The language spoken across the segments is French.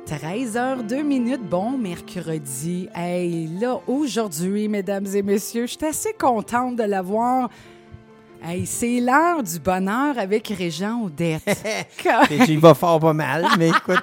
13h02, bon mercredi. Hey, là, aujourd'hui, mesdames et messieurs, je suis assez contente de l'avoir. Hey, c'est l'heure du bonheur avec Régent Audette. Tu y vas fort pas mal, mais écoute...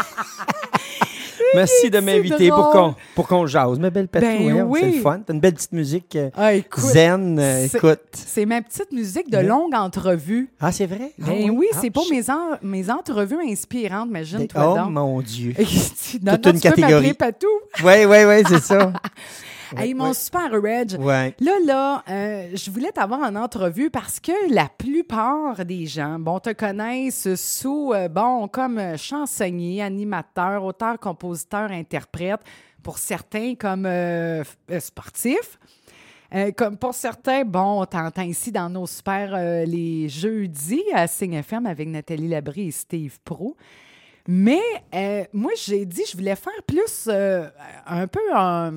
Merci de m'inviter pour qu'on jase. Ma belle Patou, oui. C'est le fun. T'as une belle petite musique zen. Écoute. C'est ma petite musique de longue entrevue. Ah, c'est vrai? Oui, c'est pour mes entrevues inspirantes, imagine-toi donc. Oh, mon Dieu. Toute une catégorie. Patou. Oui, c'est ça. Hey, mon super Reg. Ouais. Là, je voulais t'avoir en entrevue parce que la plupart des gens, te connaissent sous, comme chansonnier, animateur, auteur, compositeur, interprète. Pour certains, comme sportif. Comme pour certains, on t'entend ici dans nos super les jeudis à Signe FM avec Nathalie Labrie et Steve Pro. Mais moi, j'ai dit je voulais faire plus un peu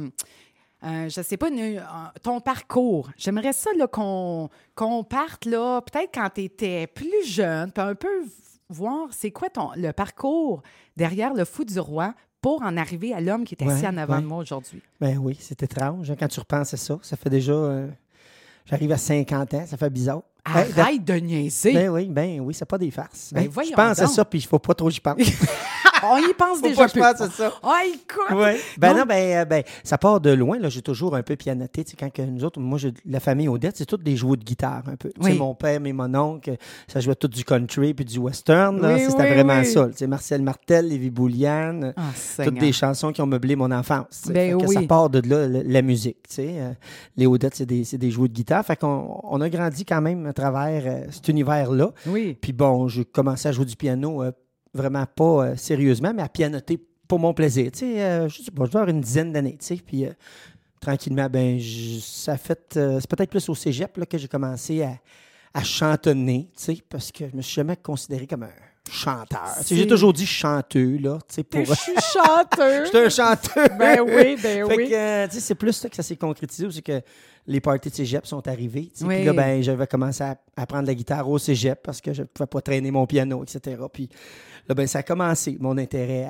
je sais pas, ton parcours. J'aimerais ça là, qu'on parte là, peut-être quand tu étais plus jeune, puis un peu voir c'est quoi le parcours derrière le fou du roi pour en arriver à l'homme qui est assis en avant de moi aujourd'hui. Ben oui, c'est étrange. Quand tu repenses à ça, ça fait déjà... j'arrive à 50 ans, ça fait bizarre. Arrête de niaiser! Ben oui, c'est pas des farces. Je pense à ça, puis il faut pas trop j'y pense. On y pense déjà plus. Je pense à ça. Écoute! Ouais. Ça part de loin. Là, j'ai toujours un peu pianoté. Quand nous autres, moi, la famille Audette, c'est tous des joueurs de guitare un peu. Oui. Mon père et mon oncle, ça jouait tout du country puis du western. Là. C'était vraiment ça. Marcel Martel, Lévi Bouliane, toutes des chansons qui ont meublé mon enfance. Ça part de là, la musique. Les Audette, c'est des joueurs de guitare. Fait qu'on a grandi quand même à travers cet univers-là. Oui. Puis j'ai commencé à jouer du piano vraiment pas sérieusement, mais à pianoter pour mon plaisir. Je sais pas, je dois avoir une dizaine d'années, puis tranquillement, ça fait... c'est peut-être plus au cégep là, que j'ai commencé à chantonner, parce que je me suis jamais considéré comme un chanteur. J'ai toujours dit chanteux, là, pour... Je suis chanteur! Je suis un chanteur! Ben oui. Fait que, c'est plus ça que ça s'est concrétisé, c'est que les parties de cégep sont arrivées. Puis là, j'avais commencé à apprendre la guitare au cégep parce que je ne pouvais pas traîner mon piano, etc. Puis là, ça a commencé, mon intérêt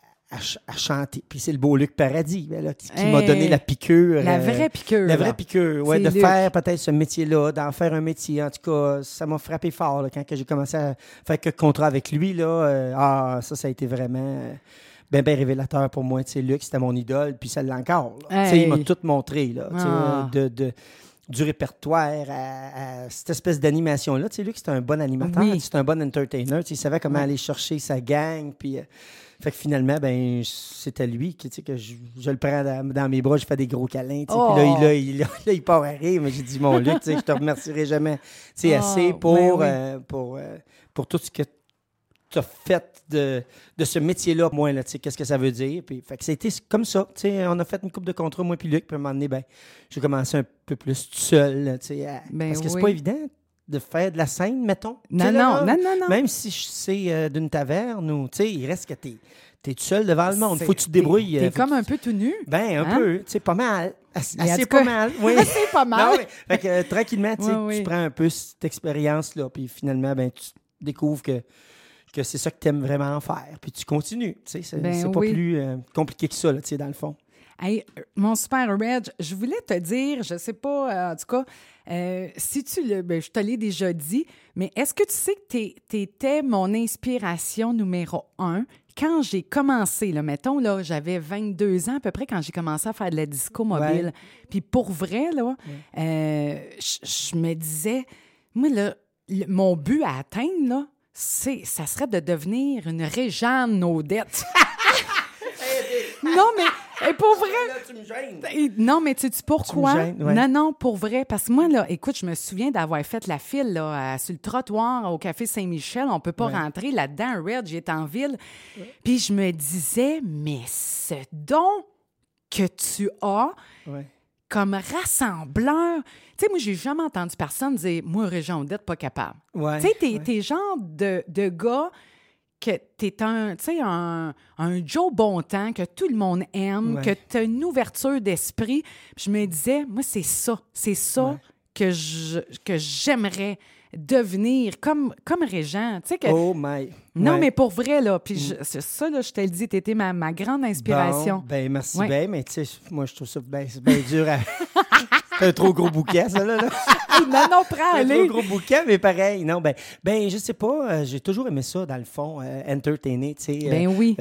à chanter. Puis c'est le beau Luc Paradis qui m'a donné la piqûre. La vraie piqûre. La vraie piqûre, oui, de Luc. Faire peut-être ce métier-là, d'en faire un métier. En tout cas, ça m'a frappé fort là, quand j'ai commencé à faire quelques contrats avec lui. Là, ça a été vraiment... bien révélateur pour moi. Luc, c'était mon idole, puis ça l'est encore. Il m'a tout montré, là, du répertoire à cette espèce d'animation-là. Luc, c'était un bon animateur, c'était un bon entertainer. Il savait comment aller chercher sa gang, puis... fait que finalement, c'était lui que je le prends dans mes bras, je fais des gros câlins. Puis là, il part à rire, mais j'ai dit, mon Luc, je te remercierai jamais assez pour tout ce que tu as fait de ce métier-là, moi, là, qu'est-ce que ça veut dire. Puis, fait que c'était comme ça. On a fait une couple de contrats, moi puis Luc, puis à un moment donné, j'ai commencé un peu plus tout seul, là, parce que c'est pas évident de faire de la scène, mettons. Non. Même si c'est d'une taverne ou, il reste que t'es tout seul devant le monde. Faut que tu te débrouilles. T'es comme un peu tout nu. Un peu. Pas mal. Assez pas mal. Oui. Assez pas mal. Non, fait que tranquillement, tu prends un peu cette expérience-là, puis finalement, tu découvres que c'est ça que tu aimes vraiment faire. Puis tu continues. C'est pas plus compliqué que ça, là, dans le fond. Hey, mon super Reg, je voulais te dire, je sais pas, en tout cas, si je te l'ai déjà dit, mais est-ce que tu sais que t'étais mon inspiration numéro 1 quand j'ai commencé, là, mettons, là, j'avais 22 ans à peu près quand j'ai commencé à faire de la disco mobile. Ouais. Puis pour vrai, là, je me disais, moi, là, mon but à atteindre, là, ça serait de devenir une Réjeanne Audette. Non, mais pour vrai... Là, tu me gênes. Non, mais tu sais pourquoi? Tu me gênes, ouais. Non, pour vrai. Parce que moi, là, écoute, je me souviens d'avoir fait la file là, sur le trottoir au Café Saint-Michel. On peut pas rentrer là-dedans. Red, j'étais en ville. Ouais. Puis je me disais, mais ce don que tu as... Ouais. Comme rassembleur. Tu sais, moi, j'ai jamais entendu personne dire « Moi, Régent Audette, pas capable. Ouais, » Tu sais, t'es genre de gars que t'es un Joe Bontemps, que tout le monde aime, que t'as une ouverture d'esprit. Puis je me disais, moi, c'est ça. C'est ça que j'aimerais devenir comme Régent. Tu sais que... Oh my... Non, Ouais. mais pour vrai, là, puis c'est ça, là, je te le dis, t'étais ma grande inspiration. Bon, ben merci Ouais. bien, mais tu sais, moi, je trouve ça c'est bien dur à... C'est un trop gros bouquet, ça, là. Hey, non, prends, Un allez! trop gros bouquet, mais pareil. Non, ben je sais pas, j'ai toujours aimé ça, dans le fond, entertainer, tu sais. Ben oui.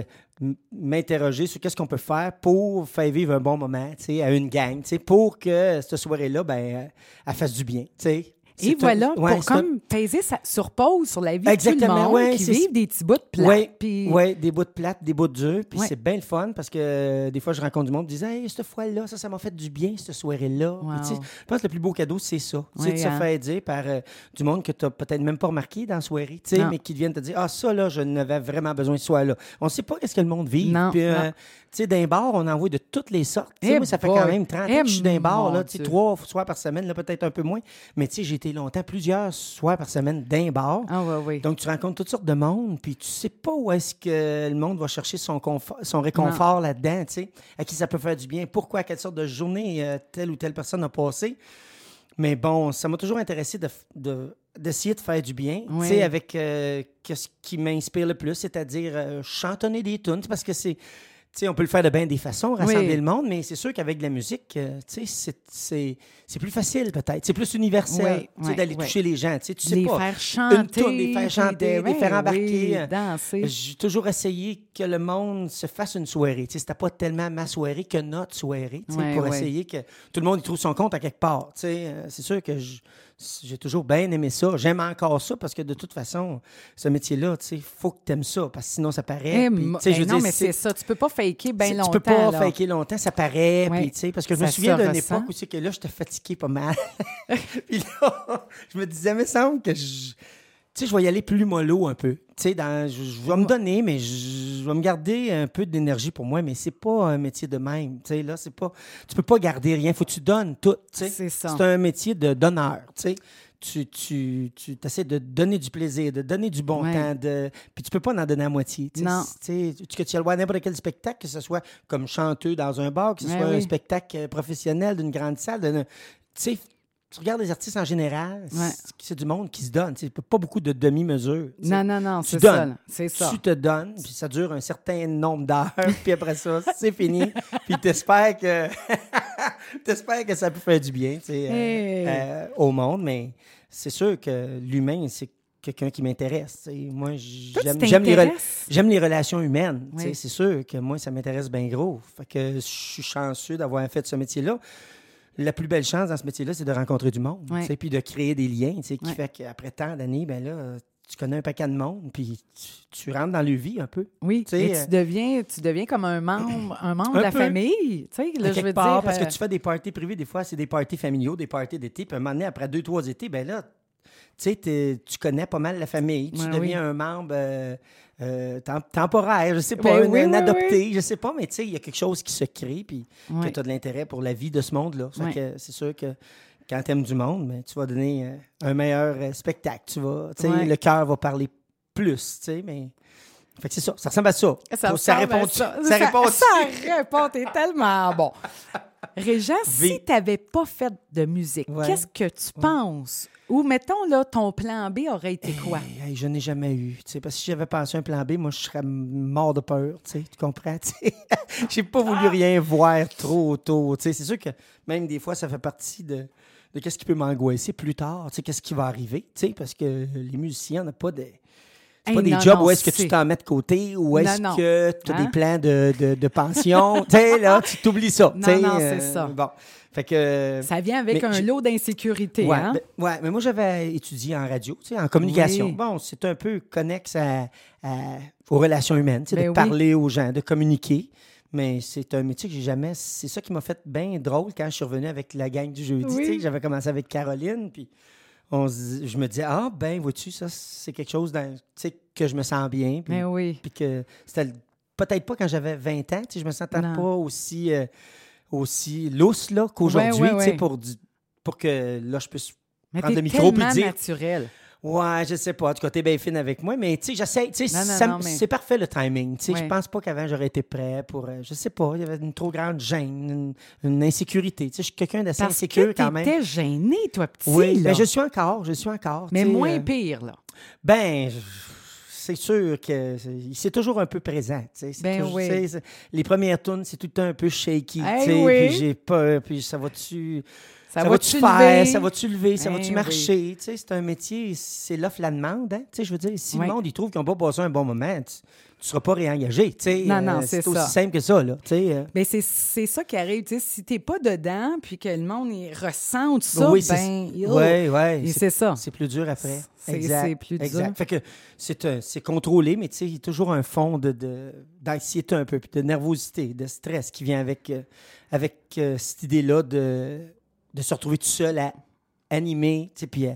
M'interroger sur qu'est-ce qu'on peut faire pour faire vivre un bon moment, tu sais, à une gang, tu sais, pour que cette soirée-là, ben, elle fasse du bien, tu sais. Et voilà, ouais, pour comme peser sur pause sur la vie de tout Exactement, le monde, ouais, qui c'est- vivent des petits bouts de plats. Oui, puis... ouais, des bouts de plate, des bouts de durs. Puis Ouais. c'est bien le fun parce que des fois, je rencontre du monde qui disent Hey, cette fois-là, ça m'a fait du bien, cette soirée-là. Puis, tu sais, Wow. je pense que le plus beau cadeau, c'est ça. Tu sais, Ouais, de se hein. faire dire par du monde que tu n'as peut-être même pas remarqué dans la soirée, tu sais, Non. mais qui viennent te dire Ah, ça, là, je n'avais vraiment besoin de ce soir-là. On ne sait pas qu'est-ce que le monde vit. Non, Puis, non. tu sais, d'un bar, on en voit de toutes les sortes. Tu sais, Eh moi, ça fait boy. quand même 30 ans Eh que je suis d'un bar, mon là, tu sais, Dieu. 3 soirs par semaine, là, peut-être un peu moins. Mais tu sais, j'ai été longtemps, plusieurs soirs par semaine d'un bar. Ah oui, oui. Donc, tu rencontres toutes sortes de monde, puis tu sais pas où est-ce que le monde va chercher son réconfort là-dedans, tu sais, à qui ça peut faire du bien, pourquoi, quelle sorte de journée telle ou telle personne a passé. Mais bon, ça m'a toujours intéressé d'essayer de faire du bien, Oui. tu sais, avec ce qui m'inspire le plus, c'est-à-dire chantonner des tunes, parce que c'est... Tu sais, on peut le faire de bien des façons, rassembler Oui. le monde, mais c'est sûr qu'avec de la musique, tu sais, c'est plus facile peut-être. C'est plus universel, Oui, tu sais, oui, d'aller oui. toucher les gens. Tu sais, tu sais Les pas. faire chanter. Une toune, les faire chanter, les faire embarquer. Oui, danser. J'ai toujours essayé que le monde se fasse une soirée. Tu sais, c'était pas tellement ma soirée que notre soirée, tu sais, Ouais, pour ouais. essayer que tout le monde y trouve son compte à quelque part. Tu sais, c'est sûr que j'ai toujours bien aimé ça. J'aime encore ça parce que de toute façon, ce métier-là, tu sais, faut que tu aimes ça parce que sinon ça paraît. Eh, Puis, tu sais, je veux non, dire, mais c'est ça. Tu peux pas faker bien tu longtemps. peux pas là. faker longtemps, ça paraît. Ouais. Puis, tu sais, parce que je me Ça souviens se d'une ressent. époque où c'est que là, j'étais fatigué pas mal. Puis là, je me disais, mais semble que tu sais, je vais y aller plus mollo un peu. Tu sais, je vais me donner, mais je vais me garder un peu d'énergie pour moi, mais c'est pas un métier de même. Tu sais, là, c'est pas... Tu peux pas garder rien, faut que tu donnes tout, tu sais. C'est ça. C'est un métier de donneur, tu sais. Tu essaies de donner du plaisir, de donner du bon Ouais. temps, puis tu peux pas en donner à moitié. Tu sais. Non. Tu sais, que tu ailles voir n'importe quel spectacle, que ce soit comme chanteux dans un bar, que ce Ouais, soit un oui. spectacle professionnel d'une grande salle. Tu sais, tu regardes les artistes en général, Ouais. c'est du monde qui se donne. Tu sais, pas beaucoup de demi-mesures. Tu sais. Non, Tu c'est ça. donnes. là. C'est ça. Tu te donnes, puis ça dure un certain nombre d'heures, puis après ça, c'est fini. Puis t'espères que ça peut faire du bien, tu sais, Hey. au monde, mais c'est sûr que l'humain, c'est quelqu'un qui m'intéresse. Tu sais. Moi, Toi, j'aime tu j'aime t'intéresses? j'aime les relations humaines. Tu sais. Oui. C'est sûr que moi, ça m'intéresse bien gros. Fait que je suis chanceux d'avoir fait ce métier-là. La plus belle chance dans ce métier-là, c'est de rencontrer du monde, Ouais. tu sais, puis de créer des liens, tu sais, qui Ouais. fait qu'après tant d'années, ben là, tu connais un paquet de monde, puis tu rentres dans le vie un peu. Oui, Tu sais, et tu deviens comme un membre Un de la peu. famille. Tu sais, là, À je quelque veux part, dire. parce que tu fais des parties privées, des fois, c'est des parties familiaux, des parties d'été, puis un moment donné, après 2-3 étés, ben là, tu sais, tu connais pas mal la famille, tu Ouais, deviens oui. un membre temporaire, je sais pas, Ben oui, un oui, adopté, je sais pas, mais tu sais, il y a quelque chose qui se crée, puis Ouais. que tu as de l'intérêt pour la vie de ce monde-là. Fait Ouais. que c'est sûr que quand tu aimes du monde, ben, tu vas donner un meilleur spectacle. Tu vas, tu sais, Ouais. le cœur va parler plus, tu sais, mais... Fait que c'est ça, ça ressemble à ça. Ça répond ressemble à ça répond Ça répond, t'es tellement bon. Régent, si Oui. tu n'avais pas fait de musique, Ouais. qu'est-ce que tu penses? Ou mettons, là, ton plan B aurait été quoi? Hey, je n'ai jamais eu. Tu sais, parce que si j'avais pensé un plan B, moi, je serais mort de peur. Tu sais, tu comprends? Tu sais, j'ai pas voulu rien voir trop tôt. Tu sais, c'est sûr que même des fois, ça fait partie de qu'est-ce qui peut m'angoisser plus tard. Tu sais, qu'est-ce qui va arriver? Tu sais, parce que les musiciens n'ont pas des... C'est Hey, pas des non, jobs non, où est-ce que c'est- tu t'en mets de côté ou est-ce Non, non. que tu as Hein? des plans de pension. Tu sais, là, tu t'oublies ça. Non, tu sais, non, c'est ça. Bon. Fait que... Ça vient avec mais un j'ai- lot d'insécurité, Ouais, hein? mais moi, j'avais étudié en radio, tu sais, en communication. Oui. Bon, c'est un peu connexe aux relations humaines, tu sais, Ben de oui. parler aux gens, de communiquer. Mais c'est un métier que j'ai jamais... C'est ça qui m'a fait bien drôle quand je suis revenu avec la gang du jeudi. Oui. Tu sais, j'avais commencé avec Caroline, puis je me disais, ah, ben, vois-tu, ça, c'est quelque chose tu sais, que je me sens bien. Puis, Mais oui. puis que c'était peut-être pas quand j'avais 20 ans, tu sais, je me sentais Non. pas aussi lousse là, qu'aujourd'hui, Ouais, tu ouais, sais, ouais. pour que là, je puisse Mais prendre t'es le micro puis tellement dire... naturel. Ouais, je sais pas. En tout cas, t'es bien fine avec moi, mais tu sais, j'essaie. Tu sais, Non, mais... c'est parfait le timing. Tu sais, Ouais. je pense pas qu'avant j'aurais été prêt pour. Je sais pas. Il y avait une trop grande gêne, une insécurité. Tu sais, je suis quelqu'un d'assez insécure quand même. T'étais gêné, toi, petit. Oui, là. ben je suis encore. Mais tu sais, moins pire, là. Ben, c'est sûr que c'est toujours un peu présent. Tu sais, Oui. Tu sais, les premières tunes, c'est tout le temps un peu shaky. Hey, tu sais, oui. Puis j'ai peur, puis ça va-tu. Ça va-tu lever? faire? Ça va-tu lever? Ça Ben va-tu marcher? Tu sais, c'est un métier, c'est l'offre la demande. Hein? Tu sais, je veux dire, si le monde il trouve qu'ils n'ont pas passé un bon moment, tu ne seras pas réengagé. Tu sais, Non, c'est c'est ça. aussi simple que ça. Là, tu sais, Ben c'est ça qui arrive. Tu sais, si t'es pas dedans, puis que le monde il ressent ça, oui, c'est ça. C'est plus dur après. C'est plus dur. Exact. Fait que c'est contrôlé, mais tu sais, il y a toujours un fond d'anxiété un peu, puis de nervosité, de stress qui vient avec cette idée-là de se retrouver tout seul à animer, tu sais, puis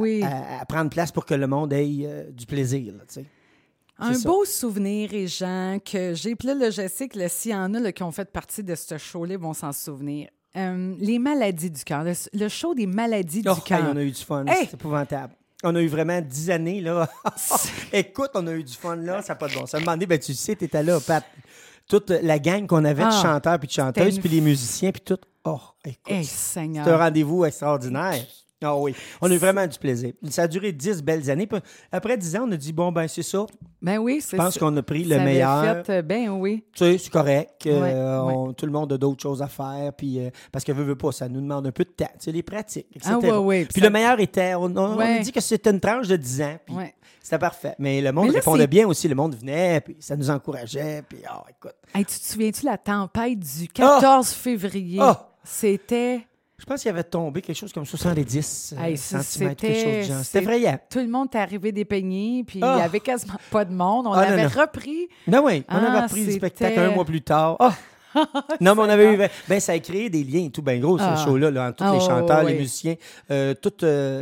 à prendre place pour que le monde ait du plaisir, là, tu sais. Un beau souvenir, et Jean, que j'ai. Puis là, je sais que s'il y en a là, qui ont fait partie de ce show-là, vont s'en souvenir. Les maladies du cœur. Le show des maladies du cœur. On a eu du fun. Hey! C'est épouvantable. On a eu vraiment 10 années, là. Écoute, on a eu du fun, là. Ça n'a pas de bon. Ça m'a demandé, ben tu sais, t'étais là, Pat. Toute la gang qu'on avait de chanteurs puis de chanteuses, puis les musiciens, puis tout. Oh, écoute. Hey, Seigneur. C'est un rendez-vous extraordinaire. Ah oui, on a eu vraiment du plaisir. Ça a duré 10 belles années. Puis après 10 ans, on a dit, bon, ben c'est ça. Ben oui, c'est ça. Je pense qu'on a pris le ça meilleur. Fait, ben oui. Tu sais, c'est correct. Tout le monde a d'autres choses à faire. Puis, parce que veut pas, ça nous demande un peu de temps. Tu sais, les pratiques, etc. Puis le meilleur était, on a dit que c'était une tranche de 10 ans. Puis c'était parfait. Mais le monde répondait bien aussi. Le monde venait, puis ça nous encourageait. Puis, écoute. Hey, tu te souviens-tu la tempête du 14 février? C'était... Je pense qu'il avait tombé quelque chose comme 70 centimètres, quelque chose de genre. C'était effrayant. Tout le monde est arrivé dépeignés, puis il n'y avait quasiment pas de monde. On avait repris. Ben oui, on avait repris le spectacle un mois plus tard. Non, mais on avait eu... Ben, ça a créé des liens et tout, ben gros, ce show-là, là, entre tous les chanteurs, les musiciens, toute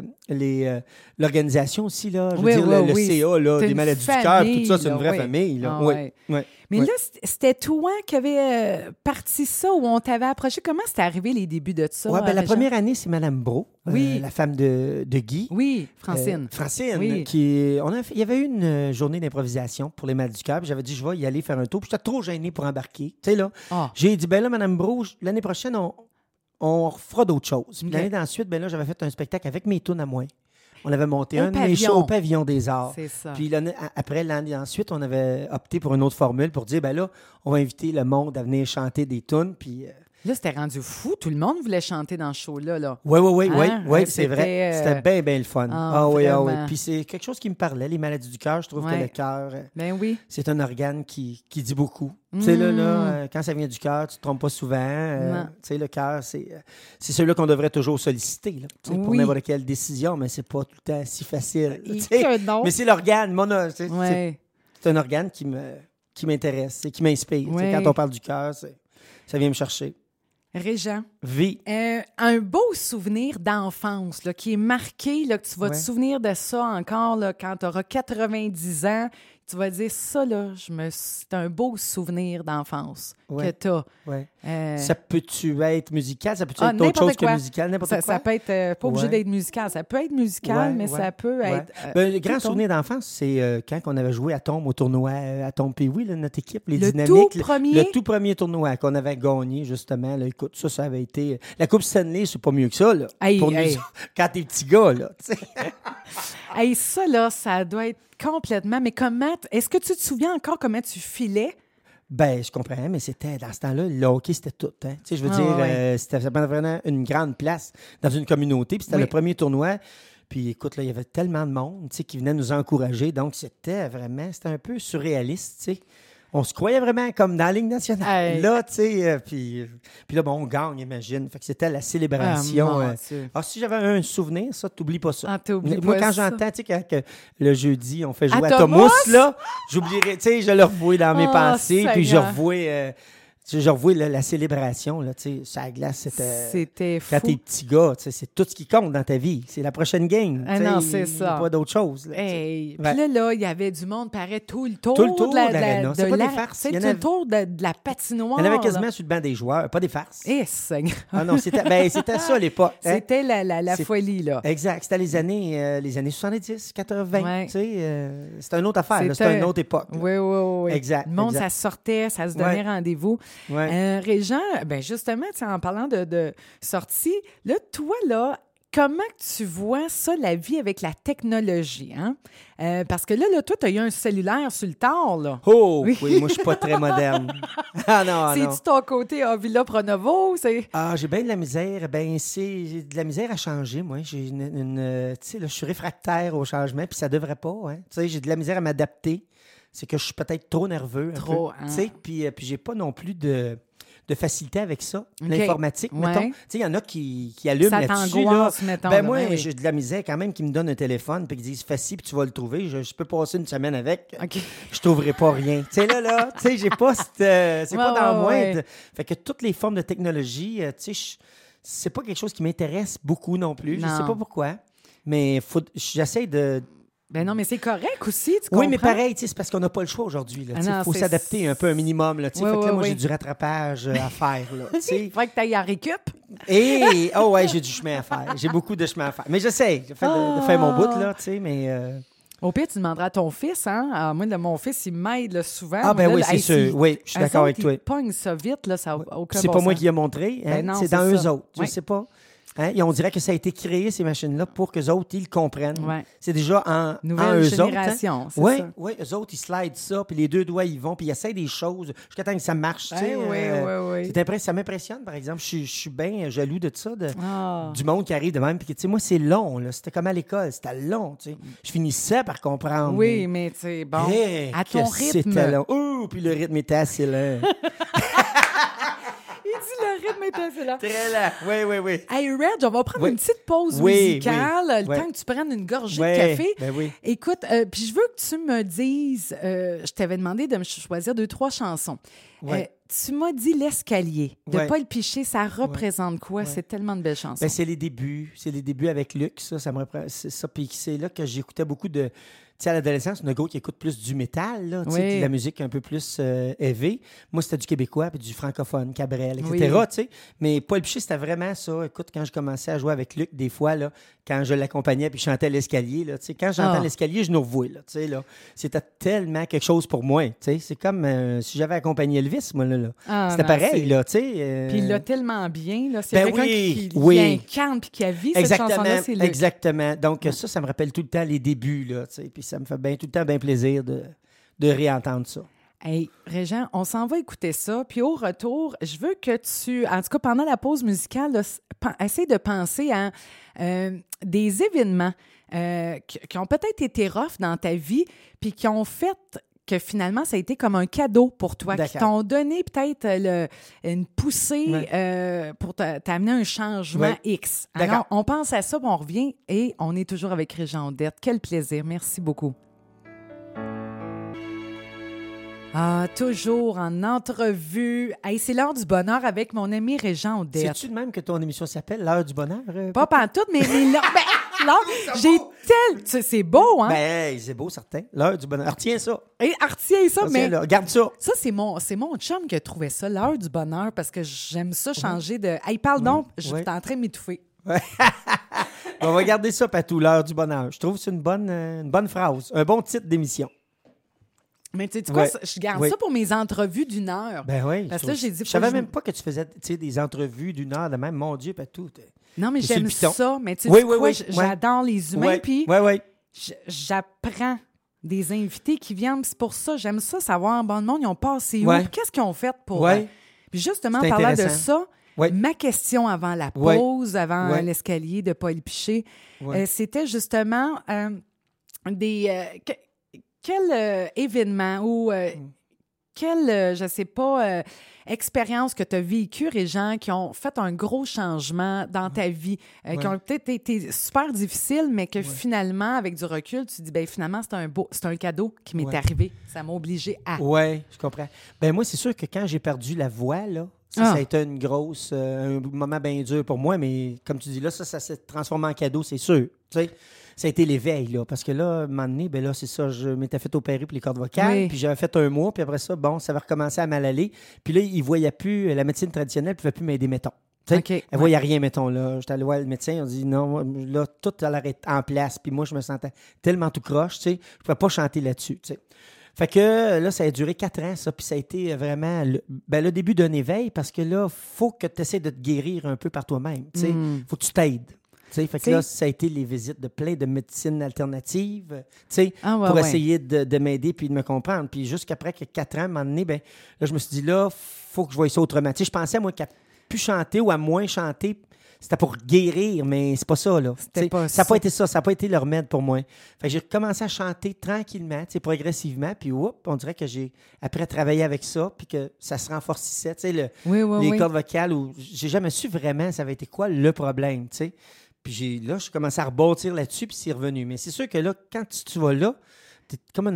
l'organisation aussi, là, je veux dire, le CA, là, des maladies du cœur, tout ça, c'est une vraie famille, là. Mais là, c'était toi qui avais parti ça, ou on t'avait approché. Comment c'était arrivé les débuts de ça? Oui, ben la première année, c'est Mme Brault, la femme de Guy. Oui, Francine. Il y avait eu une journée d'improvisation pour les maladies du cœur, puis j'avais dit, je vais y aller faire un tour, puis j'étais trop gêné pour embarquer. Tu sais, là, j'ai dit, ben là, Mme Brault, l'année prochaine, on fera d'autres choses. Puis l'année d'ensuite, ben là, j'avais fait un spectacle avec mes tunes à moi. On avait monté un de mes shows au Pavillon des Arts. C'est ça. Puis l'année ensuite, on avait opté pour une autre formule pour dire, ben là, on va inviter le monde à venir chanter des tunes. Puis là, c'était rendu fou. Tout le monde voulait chanter dans ce show-là. Oui, c'est vrai. C'était bien le fun. Oui. Puis c'est quelque chose qui me parlait, les maladies du cœur. Je trouve que le cœur, c'est un organe qui dit beaucoup. Tu sais, là, quand ça vient du cœur, tu ne te trompes pas souvent. Tu sais, le cœur, c'est celui-là qu'on devrait toujours solliciter là, pour n'importe quelle décision, mais c'est pas tout le temps si facile. Mais c'est l'organe. C'est un organe qui m'intéresse et qui m'inspire. Quand on parle du cœur, ça vient me chercher. Régent. Vie. Un beau souvenir d'enfance là, qui est marqué, là, que tu vas te souvenir de ça encore là, quand tu auras 90 ans. Tu vas dire ça, là, c'est un beau souvenir d'enfance que tu as. Ouais. Ça peut-tu être musical? Ça peut-tu être autre chose que musical? N'importe quoi? Ça peut être pas obligé d'être musical. Ça peut être musical, mais ça peut être... le grand souvenir d'enfance, c'est quand on avait joué à Tombe au tournoi à Tombe Pee-Wee, notre équipe, les Dynamiques. Le tout premier tournoi qu'on avait gagné, justement. Là, écoute, ça avait été... La Coupe Stanley, c'est pas mieux que ça, là. Pour nous, quand t'es petit gars, là. Ça, là, ça doit être complètement... Mais comment... Est-ce que tu te souviens encore comment tu filais? Ben, je comprends, mais c'était dans ce temps-là, le hockey, c'était tout. Hein? Tu sais, je veux dire, ça prenait vraiment une grande place dans une communauté. Puis c'était le premier tournoi. Puis écoute, là, il y avait tellement de monde, tu sais, qui venait nous encourager. Donc, c'était un peu surréaliste, tu sais. On se croyait vraiment comme dans la Ligue nationale. Là, tu sais, puis là, bon, on gagne, imagine. Fait que c'était la célébration. Si j'avais un souvenir, ça, t'oublies pas ça. Moi, quand j'entends, tu sais, que le jeudi, on fait jouer à Thomas, là, j'oublierais, tu sais, je le revois dans mes pensées, puis je revois, Je revois la célébration, là, tu sais, sur la glace, c'était fou. Quand t'es petit gars, tu sais, c'est tout ce qui compte dans ta vie. C'est la prochaine game. Non, c'est ça. Il n'y a pas d'autre chose. Puis là, il y avait du monde, paraît, tout le tour de l'aréna. C'est pas des farces. C'est tout le tour de la patinoire. Il y en avait quasiment sur le banc des joueurs, pas des farces. Ah non, c'était ça à l'époque. Hein? C'était la folie, là. Exact. C'était les années 70, 80. Tu sais, c'était une autre affaire. C'était une autre époque. Oui. Exact. Le monde, ça sortait, ça se donnait rendez-vous. Régent, justement, en parlant de sortie, là, toi, là, comment tu vois ça, la vie avec la technologie, hein? Parce que là, toi, tu as eu un cellulaire sur le tard, là. Oh, oui, moi, je suis pas très moderne. Non. C'est-tu ton côté Villa Pronovo? J'ai bien de la misère. J'ai de la misère à changer, moi. J'ai tu sais, là, je suis réfractaire au changement, puis ça devrait pas, hein. Tu sais, j'ai de la misère à m'adapter. C'est que je suis peut-être trop nerveux. Trop, hein? Tu sais, puis j'ai pas non plus de facilité avec ça. L'informatique, mettons. Tu sais, il y en a qui allument là-dessus. Là. Mettons. Moi, j'ai de la misère quand même qui me donne un téléphone puis qui disent « Facile, puis tu vas le trouver. Je peux passer une semaine avec. Je trouverai pas rien. » Tu sais, là, tu sais, j'ai pas cette... c'est pas dans moi. Fait que toutes les formes de technologie, tu sais, c'est pas quelque chose qui m'intéresse beaucoup non plus. Je sais pas pourquoi. Mais j'essaie de... Ben non, mais c'est correct aussi, tu comprends? Oui, mais pareil, c'est parce qu'on n'a pas le choix aujourd'hui. Il faut s'adapter un peu un minimum. Là, fait que là, moi, j'ai du rattrapage à faire. Il faudrait que tu ailles à récup. J'ai du chemin à faire. J'ai beaucoup de chemin à faire. Mais j'essaie de faire mon bout, là, mais... Au pire, tu demanderas à ton fils, hein? Alors, moi, mon fils, il m'aide souvent. C'est sûr. Oui, je suis d'accord avec toi. Ils pognent ça vite, là, ça n'a aucun C'est bon pas moi sens. qui l'ai montré. Hein? Non, c'est dans eux autres. Je sais pas. Hein? Et on dirait que ça a été créé, ces machines-là, pour qu'eux autres, ils le comprennent. Ouais. C'est déjà en nouvelle eux génération, autres. Hein? Oui, eux autres, ils slident ça, puis les deux doigts, ils vont, puis ils essayent des choses jusqu'à temps que ça marche. Ça m'impressionne, par exemple. Je suis bien jaloux de ça, du monde qui arrive de même. Puis, tu sais, moi, c'est long. Là. C'était comme à l'école, c'était long. Tu sais. Je finissais par comprendre. Oui, mais tu sais, bon, à ton rythme. C'était long. Oh, puis le rythme était assez lent. Le rythme est assez là. Très lent. Oui. Hey, Reg, on va prendre une petite pause musicale, le temps que tu prennes une gorgée de café. Écoute, puis je veux que tu me dises, je t'avais demandé de me choisir 2-3 chansons. Tu m'as dit L'Escalier de Paul Piché, ça représente quoi? C'est tellement de belles chansons. Ben, c'est les débuts avec Luc, ça me représente. C'est ça, puis c'est là que j'écoutais beaucoup de... Tu sais, à l'adolescence, on a un gars qui écoute plus du métal, là, de la musique un peu plus élevée. Moi, c'était du québécois puis du francophone, Cabrel, etc. Tu sais. Mais Paul Piché, c'était vraiment ça. Écoute, quand je commençais à jouer avec Luc, des fois, là, quand je l'accompagnais puis je chantais L'Escalier, là, tu sais, quand j'entends L'Escalier, je nous revois, là, tu sais, là. C'était tellement quelque chose pour moi, tu sais. C'est comme si j'avais accompagné Elvis, moi, là. C'était pareil, là, tu sais. Puis il l'a tellement bien, là. C'est quelqu'un qui incarne puis qui a vu cette chanson-là, c'est Luc. Exactement. Donc, ça me rappelle tout le temps les débuts, là, tu sais. Puis ça me fait tout le temps bien plaisir de réentendre ça. Hey, Régent, on s'en va écouter ça. Puis au retour, je veux que tu, en tout cas pendant la pause musicale, là, essaie de penser à des événements qui ont peut-être été rough dans ta vie, puis qui ont fait que finalement, ça a été comme un cadeau pour toi, qui t'ont donné peut-être une poussée pour t'amener un changement X. Alors, on pense à ça, puis on revient et on est toujours avec Régent Audette. Quel plaisir. Merci beaucoup. Toujours en entrevue. Hey, c'est l'heure du bonheur avec mon ami Régent Audette. C'est-tu de même que ton émission s'appelle l'heure du bonheur? Pas pantoute, mais là, j'ai c'est beau, hein? Ben, c'est beau, certain. L'heure du bonheur. Retiens ça. Et retiens ça, mais... Garde ça. Ça, c'est mon chum qui a trouvé ça, l'heure du bonheur, parce que j'aime ça changer de... Hey, parle donc, je suis en train de m'étouffer. On va garder ça, Patou, l'heure du bonheur. Je trouve que c'est une bonne phrase, un bon titre d'émission. Mais tu sais quoi, je garde ça pour mes entrevues d'1 heure. Ben oui. Parce que là, j'ai dit... Je savais même pas que tu faisais des entrevues d'1 heure de même. Mon Dieu, Patou. Non, mais j'aime ça. Mais tu sais quoi, j'adore les humains. Puis j'apprends des invités qui viennent. C'est pour ça, j'aime ça, savoir, bon, le monde, ils ont passé où? Qu'est-ce qu'ils ont fait pour... Puis justement, en parlant de ça, ma question avant la pause, avant l'escalier de Paul Piché, c'était justement quel événement ou quelle, je sais pas, expérience que tu as vécue, Régent, qui ont fait un gros changement dans ta vie, qui ont peut-être été super difficiles, mais que finalement, avec du recul, tu te dis, ben finalement, c'est un cadeau qui m'est arrivé. Ça m'a obligé à... Oui, je comprends. Ben moi, c'est sûr que quand j'ai perdu la voix, là, ça a été un moment bien dur pour moi, mais comme tu dis là, ça s'est transformé en cadeau, c'est sûr. Tu sais, ça a été l'éveil, là, parce que là, à un moment donné, ben là, c'est ça, je m'étais fait opérer pour les cordes vocales, puis j'avais fait 1 mois, puis après ça, bon, ça va recommencer à mal aller. Puis là, il voyait plus, la médecine traditionnelle ne pouvait plus m'aider, mettons. Elle ne voyait rien, mettons, là. J'étais allé voir le médecin, on dit non, là, tout a l'air d'être en place, puis moi, je me sentais tellement tout croche, tu sais, je ne pouvais pas chanter là-dessus, tu sais. Fait que là, ça a duré 4 ans, ça, puis ça a été vraiment le début d'un éveil, parce que là, il faut que tu essaies de te guérir un peu par toi-même, tu sais. Faut que tu t'aides. Fait que là, ça a été les visites de plein de médecines alternatives, pour essayer de m'aider puis de me comprendre. Puis jusqu'après 4 ans, à un moment donné, ben, là, je me suis dit, là, faut que je voie ça autrement. Je pensais, moi, qu'à plus chanter ou à moins chanter, c'était pour guérir, mais c'est pas ça, là. Ça n'a pas été ça. Ça n'a pas été le remède pour moi. Fait que j'ai commencé à chanter tranquillement, progressivement, puis on dirait que j'ai appris à travailler avec ça, puis que ça se renforcissait, les cordes vocales, où j'ai jamais su vraiment ça avait été quoi le problème, tu sais. Puis j'ai commencé à rebâtir là-dessus, puis c'est revenu. Mais c'est sûr que là, quand tu vas là, t'es comme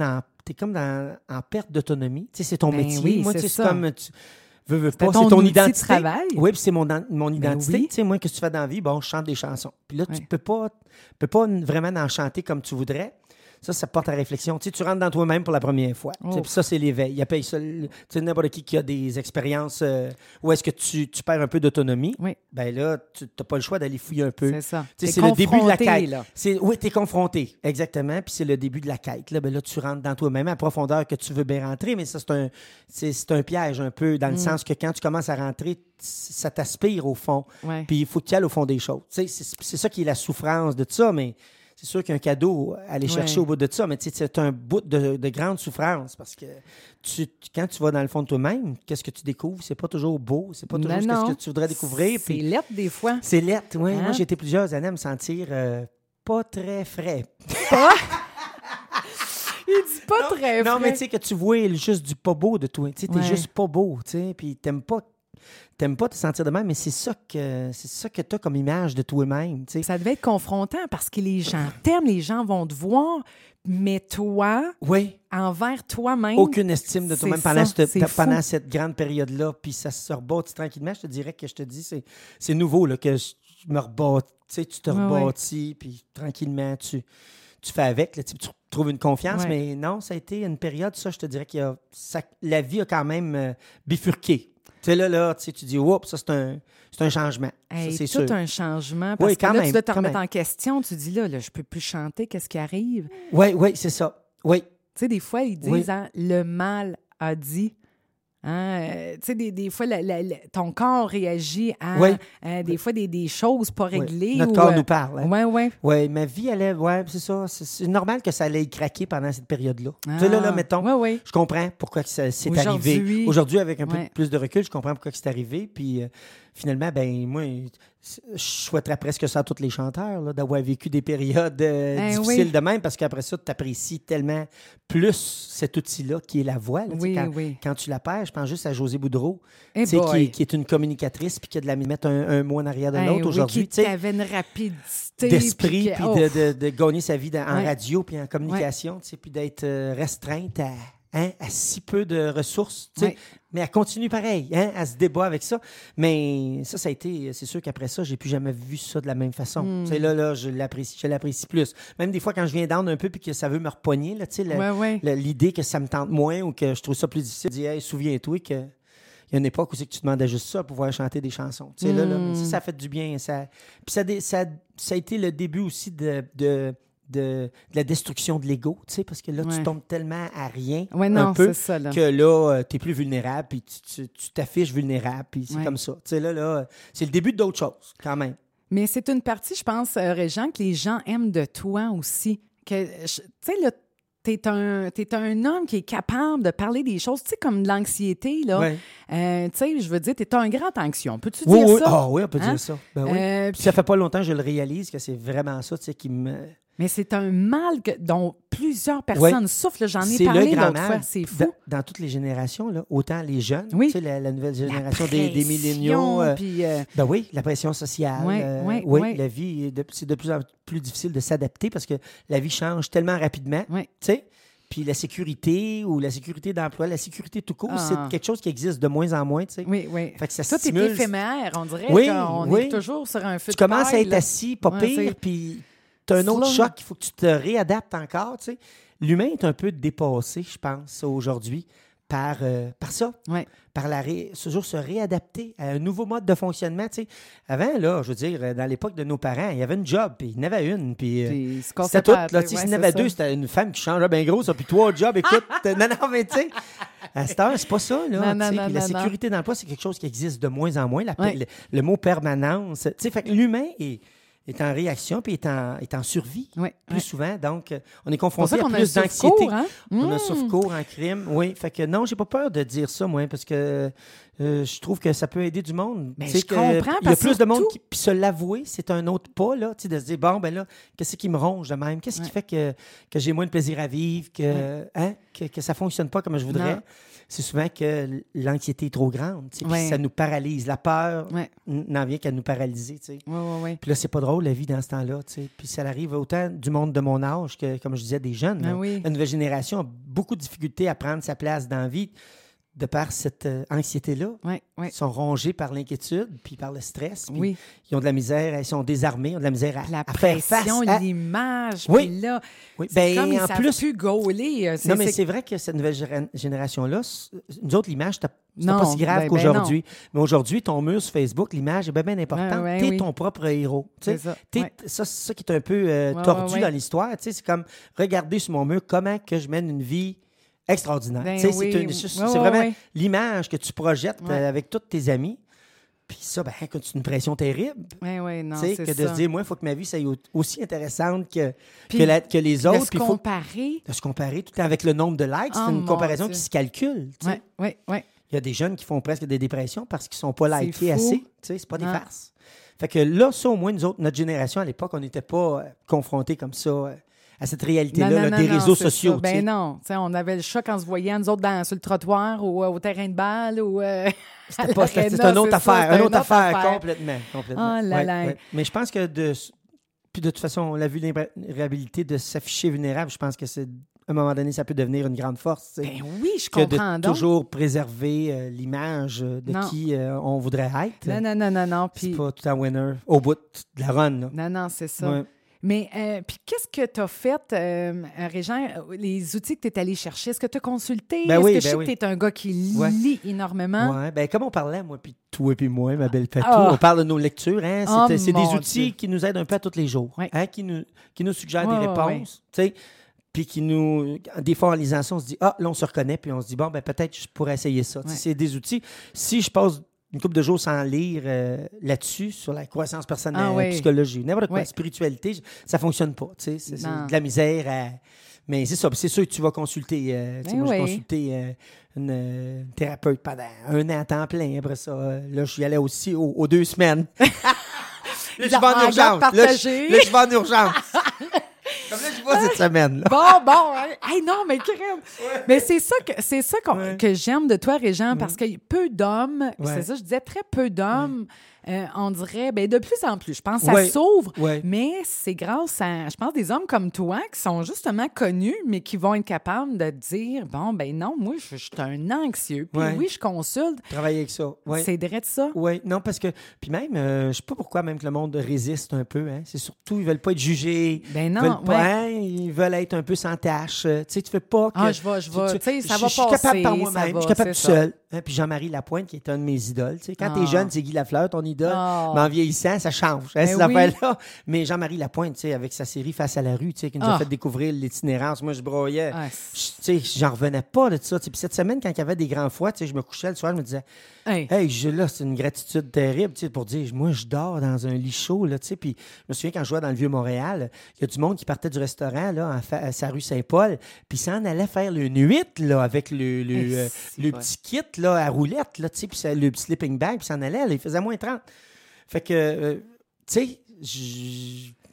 en perte d'autonomie. Tu sais, c'est ton métier. Oui, moi, c'est c'est ça. comme... C'est ton ton outil identité. de travail. Oui, puis c'est mon identité. Oui. Tu sais, moi, qu'est-ce que tu fais dans la vie? Bon, je chante des chansons. Puis là, tu peux pas vraiment en chanter comme tu voudrais. Ça porte à réflexion. Tu sais, tu rentres dans toi-même pour la première fois. Puis ça, c'est l'éveil. Il y a pas ça. Tu sais, n'importe qui a des expériences où est-ce que tu perds un peu d'autonomie. Oui. Ben là, tu n'as pas le choix d'aller fouiller un peu. C'est ça. C'est le début de la quête. Là. Oui, tu es confronté. Exactement. Puis c'est le début de la quête. Là, ben là, tu rentres dans toi-même à profondeur que tu veux bien rentrer, mais ça, c'est un piège un peu, dans le sens que quand tu commences à rentrer, ça t'aspire au fond. Ouais. Puis il faut que tu ailles au fond des choses. C'est ça qui est la souffrance de ça, mais c'est sûr qu'un cadeau à aller chercher au bout de ça, mais c'est un bout de grande souffrance parce que quand tu vas dans le fond de toi-même, qu'est-ce que tu découvres? C'est pas toujours beau, c'est pas toujours ce que tu voudrais découvrir. C'est lettre des fois. C'est lettre, oui. Moi, j'ai été plusieurs années à me sentir pas très frais. Il dit pas très frais. Non, mais tu sais que tu vois juste du pas beau de toi. Tu sais, t'es juste pas beau, tu sais, puis t'aimes pas te sentir de même, mais c'est ça que tu as comme image de toi-même. T'sais. Ça devait être confrontant parce que les gens t'aiment, les gens vont te voir, mais toi, envers toi-même... Aucune estime de toi-même pendant cette grande période-là, puis ça se rebâtit tranquillement. Je te dirais que c'est nouveau là, que je me rebâtis, tu te rebâtis, puis tranquillement, tu fais avec, là, tu trouves une confiance, mais non, ça a été une période, ça, je te dirais que la vie a quand même bifurqué. Tu sais, là, tu dis, oups, ça, c'est un changement. Hey, ça, c'est tout sûr. un changement. Parce que là, tu dois te remettre en question. Tu dis, là, je peux plus chanter, qu'est-ce qui arrive? Oui, c'est ça. Oui. Tu sais, des fois, ils disent, le mal a dit. Tu sais, des fois, ton corps réagit à des fois des choses pas réglées. Notre corps nous parle. Oui. Ma vie, c'est ça. C'est normal que ça allait craquer pendant cette période-là. Tu sais, là, mettons, je comprends pourquoi que ça s'est arrivé. Aujourd'hui, avec un peu plus de recul, je comprends pourquoi que c'est arrivé. Puis finalement, ben moi, je souhaiterais presque ça à tous les chanteurs, là, d'avoir vécu des périodes difficiles de même, parce qu'après ça, tu apprécies tellement plus cet outil-là qui est la voix. Là, quand tu la perds, je pense juste à Josée Boudreau, qui est une communicatrice puis qui a de la mettre un mot en arrière de l'autre aujourd'hui. Qui avait une rapidité. D'esprit, puis de gagner sa vie en radio puis en communication, puis d'être restreinte à si peu de ressources, mais elle continue pareil, elle se débat avec ça. Mais ça a été, c'est sûr qu'après ça, j'ai plus jamais vu ça de la même façon. Là, je l'apprécie plus. Même des fois, quand je viens down un peu puis que ça veut me repogner, là, l'idée que ça me tente moins ou que je trouve ça plus difficile, je dis, hey, souviens-toi que il y a une époque où c'est que tu demandais juste ça pour pouvoir chanter des chansons. Ça fait du bien. Puis ça a été le début aussi de la destruction de l'ego, parce que là, tu tombes tellement à rien que là, tu es plus vulnérable, puis tu t'affiches vulnérable, puis c'est comme ça. Là, c'est le début d'autres choses, quand même. Mais c'est une partie, je pense, Régent, que les gens aiment de toi aussi. Tu sais, là, t'es un homme qui est capable de parler des choses, tu sais, comme de l'anxiété, là. Tu sais, je veux dire, t'es un grand anxieux. Peux-tu dire ça? Oui, on peut dire ça. Ben oui. Puis ça fait pas longtemps que je le réalise, que c'est vraiment ça, tu sais, qui me Mais c'est un mal dont plusieurs personnes souffrent. Là, j'en ai parlé l'autre fois. C'est fou. Dans toutes les générations, là, autant les jeunes, oui. La nouvelle génération des milléniaux. Ben oui, la pression sociale. Oui, la vie, c'est de plus en plus difficile de s'adapter parce que la vie change tellement rapidement. Oui. Tu sais? Puis la sécurité ou la sécurité d'emploi, la sécurité tout court, c'est quelque chose qui existe de moins en moins, tu sais. Oui, oui. Fait que ça tout stimule... est éphémère, on dirait qu'on est toujours sur un feu de paille. Tu commences à être assis, pas pire, puis tu as un autre choc, il faut que tu te réadaptes encore, tu sais. L'humain est un peu dépassé, je pense, aujourd'hui, par ça. Oui. Par toujours se réadapter à un nouveau mode de fonctionnement. Tu sais. Avant, là, je veux dire, dans l'époque de nos parents, il y avait une job, puis il y en avait une, puis c'était tout. Là, s'il y en avait deux, c'était une femme qui changeait bien gros, ça, puis 3 jobs, écoute. non, mais tu sais, à cette heure, c'est pas ça. Là, non, la sécurité d'emploi, c'est quelque chose qui existe de moins en moins. Le mot permanence. Tu sais, fait que l'humain est en réaction puis est en survie plus souvent. Donc, on est confronté à plus d'anxiété. Hein? On a souffre-cours en crime. Oui, fait que non, j'ai pas peur de dire ça, moi, parce que je trouve que ça peut aider du monde. Mais je comprends. Il y a plus de monde qui... Puis se l'avouer, c'est un autre pas, là, de se dire, bon, ben là, qu'est-ce qui me ronge de même? Qu'est-ce qui fait que j'ai moins de plaisir à vivre, que ça fonctionne pas comme je voudrais? Non. C'est souvent que l'anxiété est trop grande, puis ça nous paralyse. La peur n'en vient qu'à nous paralyser. Puis là, c'est pas drôle, la vie, dans ce temps-là. Puis ça arrive autant du monde de mon âge que, comme je disais, des jeunes. La nouvelle génération a beaucoup de difficultés à prendre sa place dans la vie de par cette anxiété-là. Ils sont rongés par l'inquiétude puis par le stress. Puis ils ont de la misère, ils sont désarmés, ils ont de la misère à faire face. La pression, l'image, puis là, c'est comme ils savent plus gauler. Non, mais c'est vrai que cette nouvelle génération-là, nous autres, l'image, c'est pas si grave qu'aujourd'hui. Mais aujourd'hui, ton mur sur Facebook, l'image est bien importante. T'es ton propre héros. C'est ça qui est un peu tordu dans l'histoire. C'est comme, regarder sur mon mur comment que je mène une vie extraordinaire. C'est vraiment l'image que tu projettes avec tous tes amis. Puis ça, quand tu as une pression terrible. C'est que de ça. se dire, moi, il faut que ma vie soit aussi intéressante que les autres. De se comparer. De se comparer tout le temps avec le nombre de likes. C'est une comparaison qui se calcule. Oui. Il y a des jeunes qui font presque des dépressions parce qu'ils ne sont pas likés assez. C'est pas des farces. Fait que là, ça, au moins, nous autres, notre génération, à l'époque, on n'était pas confrontés comme ça à cette réalité-là des réseaux sociaux. Ben non. On avait le choc en se voyant, nous autres, sur le trottoir ou au terrain de balle ou c'est une autre affaire. Une autre affaire, complètement. Oh là là. Mais je pense que puis de toute façon, on l'a vu vulnérabilité de s'afficher vulnérable. Je pense que à un moment donné, ça peut devenir une grande force. Ben oui, je comprends de toujours préserver l'image de qui on voudrait être. Non. C'est pas tout un winner au bout de la run. Là. Non, c'est ça. Ouais. Mais puis qu'est-ce que tu as fait, Régent, les outils que tu es allé chercher? Est-ce que tu as consulté? Est-ce que je sais que tu es un gars qui lit énormément? Oui, comme on parlait, moi, puis toi et moi, ma belle Patou, on parle de nos lectures. Hein? C'est des outils qui nous aident un peu à tous les jours, qui nous suggèrent des réponses. Puis des fois, en lisant ça, on se dit, là, on se reconnaît, puis on se dit, bon, peut-être je pourrais essayer ça. C'est des outils. Si je passe une couple de jours sans lire là-dessus, sur la croissance personnelle, psychologie, n'importe quoi, spiritualité, ça ne fonctionne pas. C'est de la misère Mais c'est ça, c'est sûr que tu vas consulter. Moi, j'ai consulté une thérapeute pendant 1 an à temps plein. Après ça, là, je y allais aussi aux 2 semaines. Là, je vais en urgence. Là, je vais en urgence. Comme là, je vois cette semaine. Là. Bon. Hey, non, mais crème. Ouais. Mais c'est ça que j'aime de toi, Régent, parce que peu d'hommes, c'est ça, je disais, très peu d'hommes, on dirait, de plus en plus, je pense, ça s'ouvre, mais c'est grâce à, je pense, des hommes comme toi qui sont justement connus, mais qui vont être capables de dire, non, moi, je suis un anxieux, puis oui, je consulte. Travailler avec ça. C'est vrai de ça? Oui, non, parce que, puis même, je sais pas pourquoi même que le monde résiste un peu, hein. C'est surtout, ils veulent pas être jugés. Ils veulent être un peu sans tâche. Tu sais, tu fais pas que... je vais. Tu sais, ça va passer. Je suis capable par moi-même. Je suis capable tout seul. Hein, puis Jean-Marie Lapointe, qui est un de mes idoles. Tu sais, quand t'es jeune, c'est Guy Lafleur, ton idole. Mais en vieillissant, ça change. Hein, ces affaires-là. Mais Jean-Marie Lapointe, tu sais, avec sa série Face à la rue, tu sais, qui nous a fait découvrir l'itinérance. Moi, je broyais. Tu sais, j'en revenais pas de ça. Puis cette semaine, quand il y avait des grands froids, tu sais, je me couchais le soir, je me disais, là, c'est une gratitude terrible, tu sais, pour dire, moi, je dors dans un lit chaud, là, tu sais. Puis je me souviens, quand je jouais dans le Vieux-Montréal, il y a du monde qui partait du restaurant, là, à sa rue Saint-Paul, puis s'en allait faire le nuit, là, avec le petit kit, là, à roulette, là, tu sais, puis le petit sleeping bag, puis s'en allait, là, il faisait moins 30. Fait que, tu sais,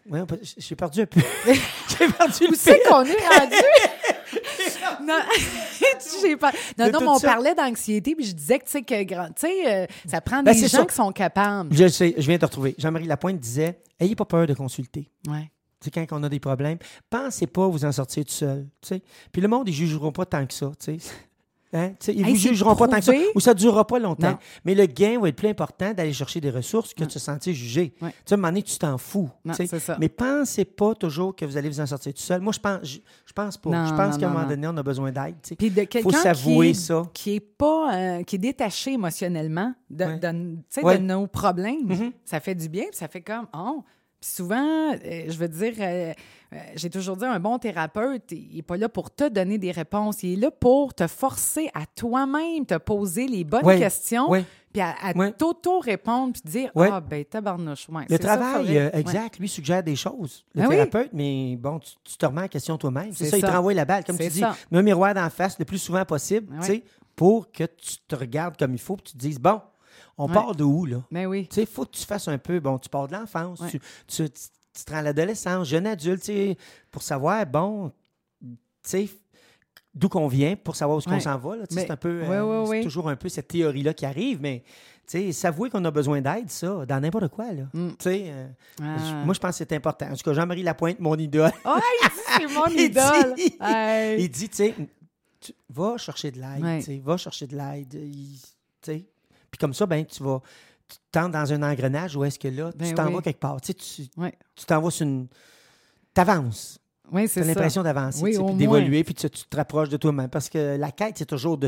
Ouais, j'ai perdu un peu. J'ai perdu le Où c'est qu'on est rendu? Non, j'ai pas... non, mais on parlait d'anxiété, puis je disais que, tu sais, ça prend des gens qui sont capables. Je sais, je viens de te retrouver. Jean-Marie Lapointe disait, ayez pas peur de consulter. Ouais. Tu sais, quand on a des problèmes, pensez pas vous en sortir tout seul. Tu sais. Puis le monde, ils jugeront pas tant que ça. Tu sais. Hein? Ils ne vous jugeront pas tant que ça, ou ça ne durera pas longtemps. Non. Mais le gain va être plus important d'aller chercher des ressources que de se sentir jugé. Ouais. Tu sais, à un moment donné, tu t'en fous. Non, c'est ça. Mais pensez pas toujours que vous allez vous en sortir tout seul. Moi, je pense pas. Je pense qu'à un moment donné, on a besoin d'aide. Puis de quelqu'un qui est détaché émotionnellement de nos problèmes, ça fait du bien, puis ça fait comme... Puis souvent, je veux dire, j'ai toujours dit, un bon thérapeute, il n'est pas là pour te donner des réponses. Il est là pour te forcer à toi-même te poser les bonnes questions, puis à t'auto-répondre, puis dire, tabarnouche. Le travail, exact, lui suggère des choses, le thérapeute, mais bon, tu te remets en question toi-même. C'est ça, il te renvoie la balle. Comme tu dis, mets un miroir d'en face le plus souvent possible, tu sais, pour que tu te regardes comme il faut, puis tu te dises, bon, on part de où, là? Ben oui. Tu sais, il faut que tu fasses un peu... Bon, tu pars de l'enfance, tu te rends à l'adolescence, jeune adulte, tu sais, pour savoir, bon, tu sais, d'où qu'on vient, pour savoir où est-ce qu'on s'en va. Là, c'est un peu... c'est toujours un peu cette théorie-là qui arrive, mais... Tu sais, s'avouer qu'on a besoin d'aide, ça, dans n'importe quoi, là. Tu sais, moi, je pense que c'est important. En tout cas, Jean-Marie Lapointe, mon idole. Ah, il dit, c'est mon idole! Il dit, tu sais, va chercher de l'aide, tu sais, va chercher de l'aide, tu sais. Puis comme ça, ben tu tentes dans un engrenage où est-ce que là, tu t'en vas quelque part. Tu sais, tu t'en vas sur une... T'avances. Oui, c'est ça. Tu as l'impression d'avancer, puis d'évoluer, puis tu te rapproches de toi-même. Parce que la quête, c'est toujours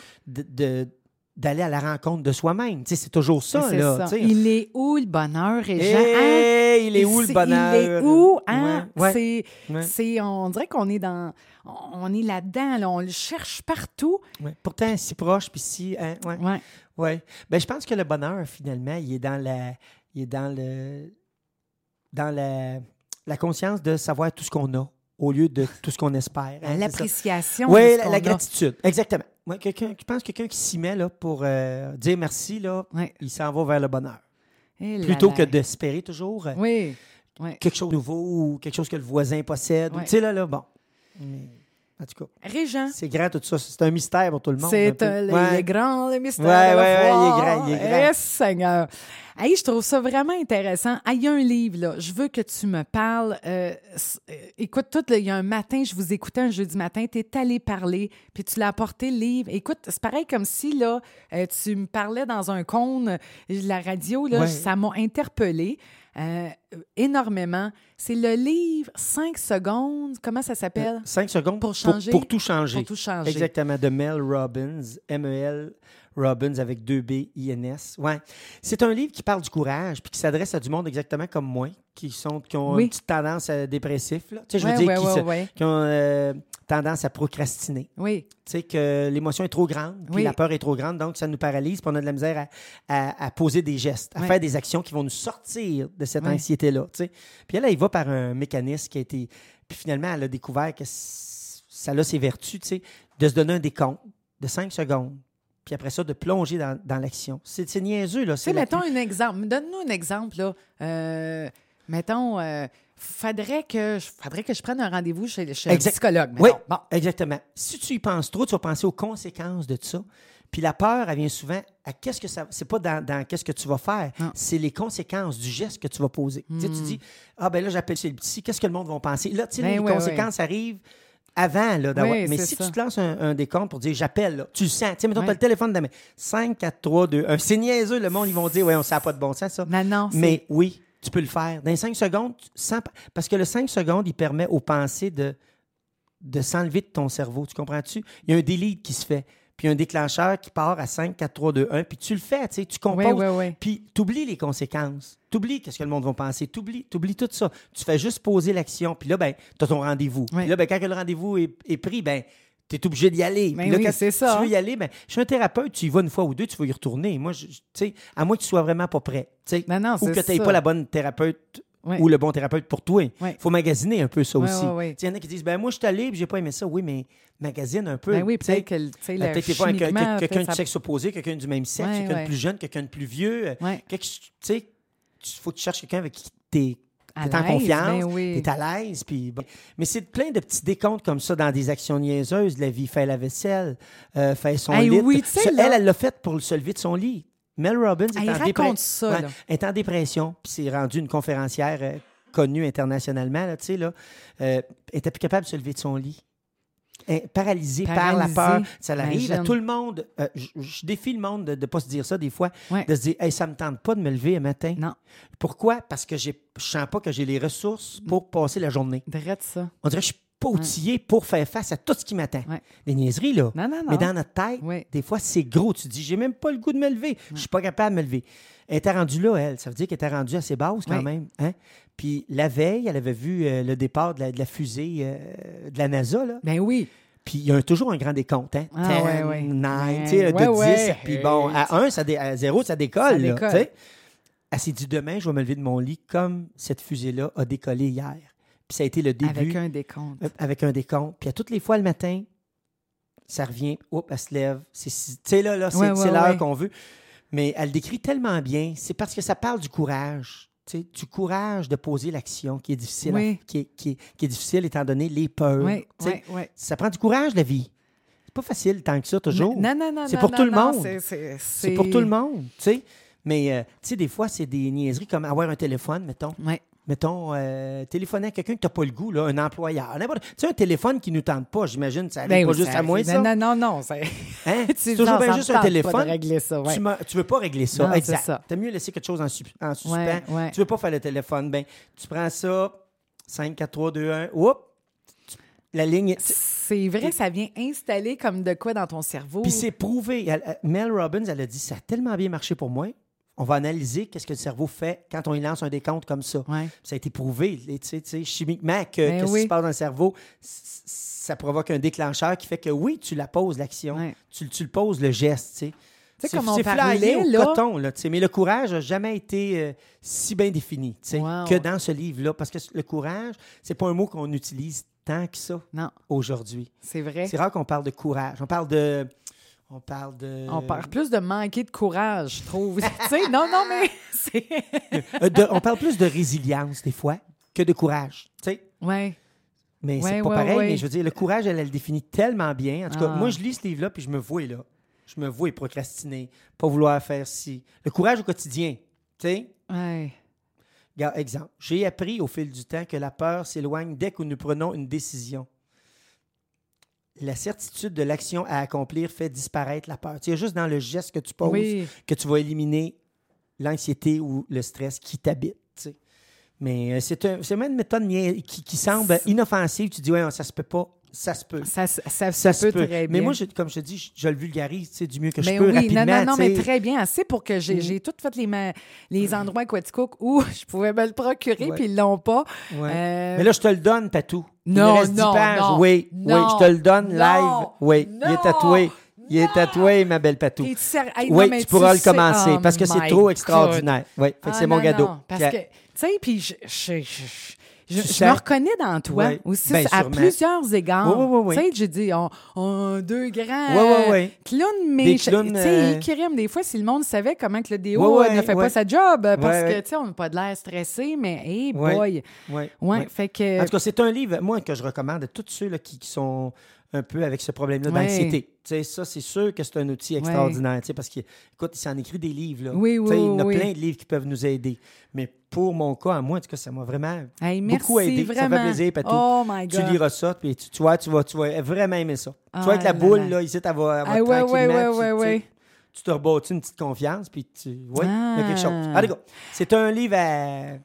d'aller à la rencontre de soi-même. Tu sais, c'est toujours ça, là. Ça. Il est où le bonheur, Régent? Il est où le bonheur? Il est où? Hein? Ouais. On dirait qu'on est dans... On est là-dedans, là, on le cherche partout. Ouais. Pourtant, si proche, puis si... Hein? Ouais. Ben, je pense que le bonheur, finalement, il est dans la conscience de savoir tout ce qu'on a au lieu de tout ce qu'on espère. Hein, l'appréciation. Oui, la gratitude. Exactement. Ouais, je pense que quelqu'un qui s'y met là, pour dire merci, là, il s'en va vers le bonheur. Plutôt que d'espérer toujours quelque chose de nouveau ou quelque chose que le voisin possède. Tu sais, là, bon. En tout cas, Régent. C'est grand tout ça. C'est un mystère pour tout le monde. C'est le grand mystère de la foi. Il est grand. Seigneur. Hey, je trouve ça vraiment intéressant. Il y a un livre, là. Je veux que tu me parles. Écoute, il y a un matin, je vous écoutais un jeudi matin, tu es allé parler, puis tu l'as apporté le livre. Écoute, c'est pareil comme si, là, tu me parlais dans un cône, la radio, là, ça m'a interpellée. Énormément. C'est le livre 5 secondes. Comment ça s'appelle? 5 secondes pour changer. Pour tout changer. Pour tout changer. Exactement. De Mel Robbins. M-E-L Robbins avec 2 B-I-N-S. Ouais. C'est un livre qui parle du courage puis qui s'adresse à du monde exactement comme moi, qui ont une petite tendance dépressive. Tu sais, je veux dire, qui ont tendance à procrastiner. Oui. Tu sais, que l'émotion est trop grande, puis la peur est trop grande, donc ça nous paralyse, puis on a de la misère à poser des gestes, à faire des actions qui vont nous sortir de cette anxiété-là. Tu sais. Puis elle va par un mécanisme qui a été... Puis finalement, elle a découvert que ça a ses vertus, tu sais, de se donner un décompte de 5 secondes, puis après ça, de plonger dans l'action. C'est niaiseux, là. Mettons un exemple. Donne-nous un exemple, là. Mettons... faudrait que je prenne un rendez-vous chez un psychologue. Oui, bon. Exactement. Si tu y penses trop, tu vas penser aux conséquences de ça. Puis la peur, elle vient souvent à qu'est-ce que ça... C'est pas dans qu'est-ce que tu vas faire, c'est les conséquences du geste que tu vas poser. Tu sais, tu dis, ben là, j'appelle chez le psy, qu'est-ce que le monde va penser? Là, tu sais, les conséquences arrivent avant, là, d'avoir... Mais si tu te lances un décompte pour dire, j'appelle, là, tu le sens. Tu sais, mettons, tu as le téléphone de la main. 5, 4, 3, 2, 1. C'est niaiseux, le monde, ils vont dire, on ne sait pas de bon sens, ça. Mais oui, tu peux le faire. Dans les 5 secondes, parce que le 5 secondes, il permet aux pensées de s'enlever de ton cerveau. Tu comprends-tu? Il y a un delete qui se fait. Puis un déclencheur qui part à 5, 4, 3, 2, 1. Puis tu le fais, tu sais, tu composes. Puis tu oublies les conséquences. Tu oublies qu'est-ce que le monde va penser. Tu oublies tout ça. Tu fais juste poser l'action. Puis là, ben, tu as ton rendez-vous. Puis là, ben, quand le rendez-vous est pris, ben, tu es obligé d'y aller. Puis là, quand tu veux y aller, ben, je suis un thérapeute, tu y vas une fois ou deux, tu vas y retourner. Moi, tu sais, à moins que tu sois vraiment pas prêt. Ou que tu n'aies pas la bonne thérapeute ou le bon thérapeute pour toi. Il faut magasiner un peu ça aussi. Il y en a qui disent, ben moi, je suis allé et j'ai pas aimé ça. Oui, mais magasine un peu. Ben oui, peut-être que quelqu'un du sexe opposé, quelqu'un du même sexe, quelqu'un de plus jeune, quelqu'un de plus vieux. Tu sais, il faut que tu cherches quelqu'un avec qui tu es en confiance, ben oui. t'es à l'aise. Puis, bon. Mais c'est plein de petits décomptes comme ça dans des actions niaiseuses. La vie, faire la vaisselle, faire son lit. Oui, tu sais, Elle l'a fait pour se lever de son lit. Mel Robbins est en dépression, puis c'est rendu une conférencière connue internationalement, là, tu sais, là. Elle était plus capable de se lever de son lit. Paralysée par la peur. Ça arrive à tout le monde. Je défie le monde de ne pas se dire ça des fois, de se dire « Hey, ça ne me tente pas de me lever un matin. » Non. Pourquoi? Parce que je ne sens pas que j'ai les ressources pour passer la journée. Drette ça. On dirait que je suis pas outillé pour faire face à tout ce qui m'attend. Des niaiseries, là. Non. Mais dans notre tête, des fois, c'est gros. Tu te dis, j'ai même pas le goût de me lever. Je suis pas capable de me lever. Elle était rendue là, elle. Ça veut dire qu'elle était rendue assez basse quand même. Hein? Puis la veille, elle avait vu le départ de la fusée de la NASA. Là. Ben oui. Puis il y a toujours un grand décompte. Hein? 10, 9, tu sais, de 10. Puis bon, à 1, à 0, ça décolle. Là, t'sais. Elle s'est dit, demain, je vais me lever de mon lit comme cette fusée-là a décollé hier. Puis ça a été le début. Avec un décompte. Puis à toutes les fois le matin, ça revient, elle se lève. Tu sais, là c'est l'heure qu'on veut. Mais elle le décrit tellement bien. C'est parce que ça parle du courage. Tu sais, du courage de poser l'action qui est difficile, qui est difficile étant donné les peurs. Ça prend du courage, la vie. C'est pas facile tant que ça, toujours. Non. C'est pour tout le monde. C'est pour tout le monde, tu sais. Mais, tu sais, des fois, c'est des niaiseries comme avoir un téléphone, mettons. Mettons, téléphoner à quelqu'un que tu n'as pas le goût, là, un employeur. Tu sais, un téléphone qui ne nous tente pas, j'imagine, ça n'arrive pas juste à moi, ça. Non. Hein? C'est toujours bien juste un téléphone. Ça, tu ne veux pas régler ça. Non, exact. Tu as mieux laisser quelque chose en suspens. Tu ne veux pas faire le téléphone. Ben, tu prends ça, 5, 4, 3, 2, 1, oups, la ligne... C'est vrai, ça vient installer comme de quoi dans ton cerveau. Puis c'est prouvé. Mel Robbins, elle a dit, ça a tellement bien marché pour moi. On va analyser qu'est-ce que le cerveau fait quand on y lance un décompte comme ça. Ça a été prouvé, tu sais, chimiquement, qu'est-ce qui se passe dans le cerveau. Ça provoque un déclencheur qui fait que oui, tu la poses, l'action. Tu le poses, le geste, tu sais. C'est comme on parlait, au coton, là, mais le courage n'a jamais été si bien défini que dans ce livre-là. Parce que le courage, c'est pas un mot qu'on utilise tant que ça aujourd'hui. C'est vrai. C'est rare qu'on parle de courage. On parle plus de manquer de courage, je trouve. Tu sais, non, mais c'est... on parle plus de résilience, des fois, que de courage, tu sais. Oui. Mais c'est pas pareil, mais je veux dire, le courage, elle le définit tellement bien. En tout cas, moi, je lis ce livre-là, puis je me vois là. Je me vois procrastiner, pas vouloir faire ci. Le courage au quotidien, tu sais. Oui. Regarde, exemple, j'ai appris au fil du temps que la peur s'éloigne dès que nous prenons une décision. La certitude de l'action à accomplir fait disparaître la peur. Tu sais, juste dans le geste que tu poses, que tu vas éliminer l'anxiété ou le stress qui t'habite. Tu sais. Mais c'est même une méthode qui semble inoffensive. Tu dis, ouais, ça se peut pas. Ça se peut. Ça se peut très bien. Mais moi, comme je te dis, je le vulgarise du mieux que je peux rapidement. Non, mais très bien. Assez pour que j'ai tout fait les endroits Quaticook où je pouvais me le procurer, puis ils ne l'ont pas. Mais là, je te le donne, Tatou. Non. Oui, je te le donne live. Oui, il est tatoué. Il est tatoué, ma belle Patou. Oui, tu pourras le commencer parce que c'est trop extraordinaire. Oui, c'est mon cadeau. Parce que, tu sais, puis je me reconnais dans toi aussi à plusieurs égards. Oui. Tu sais, j'ai dit, on deux grands clowns, mais tu sais, des fois, si le monde savait comment que le déo ne fait pas sa job, parce que, tu sais, on n'a pas de l'air stressé, mais hey boy! Fait que... En tout cas, c'est un livre, moi, que je recommande à tous ceux là, qui sont un peu avec ce problème-là d'anxiété. Tu sais, ça, c'est sûr que c'est un outil extraordinaire, tu sais, parce qu'écoute, il s'en écrit des livres, là. Il y en a plein de livres qui peuvent nous aider. Mais pour mon cas, à moi, en tout cas, ça m'a vraiment beaucoup aidé. Vraiment. Ça fait plaisir, Patou. Oh my God. Tu liras ça, puis tu vas vraiment aimer ça. Tu vois, avec la boule, là, ici, elle va tranquillement. Tu te rebâtis une petite confiance, puis il y a quelque chose. Allez, go. C'est un livre à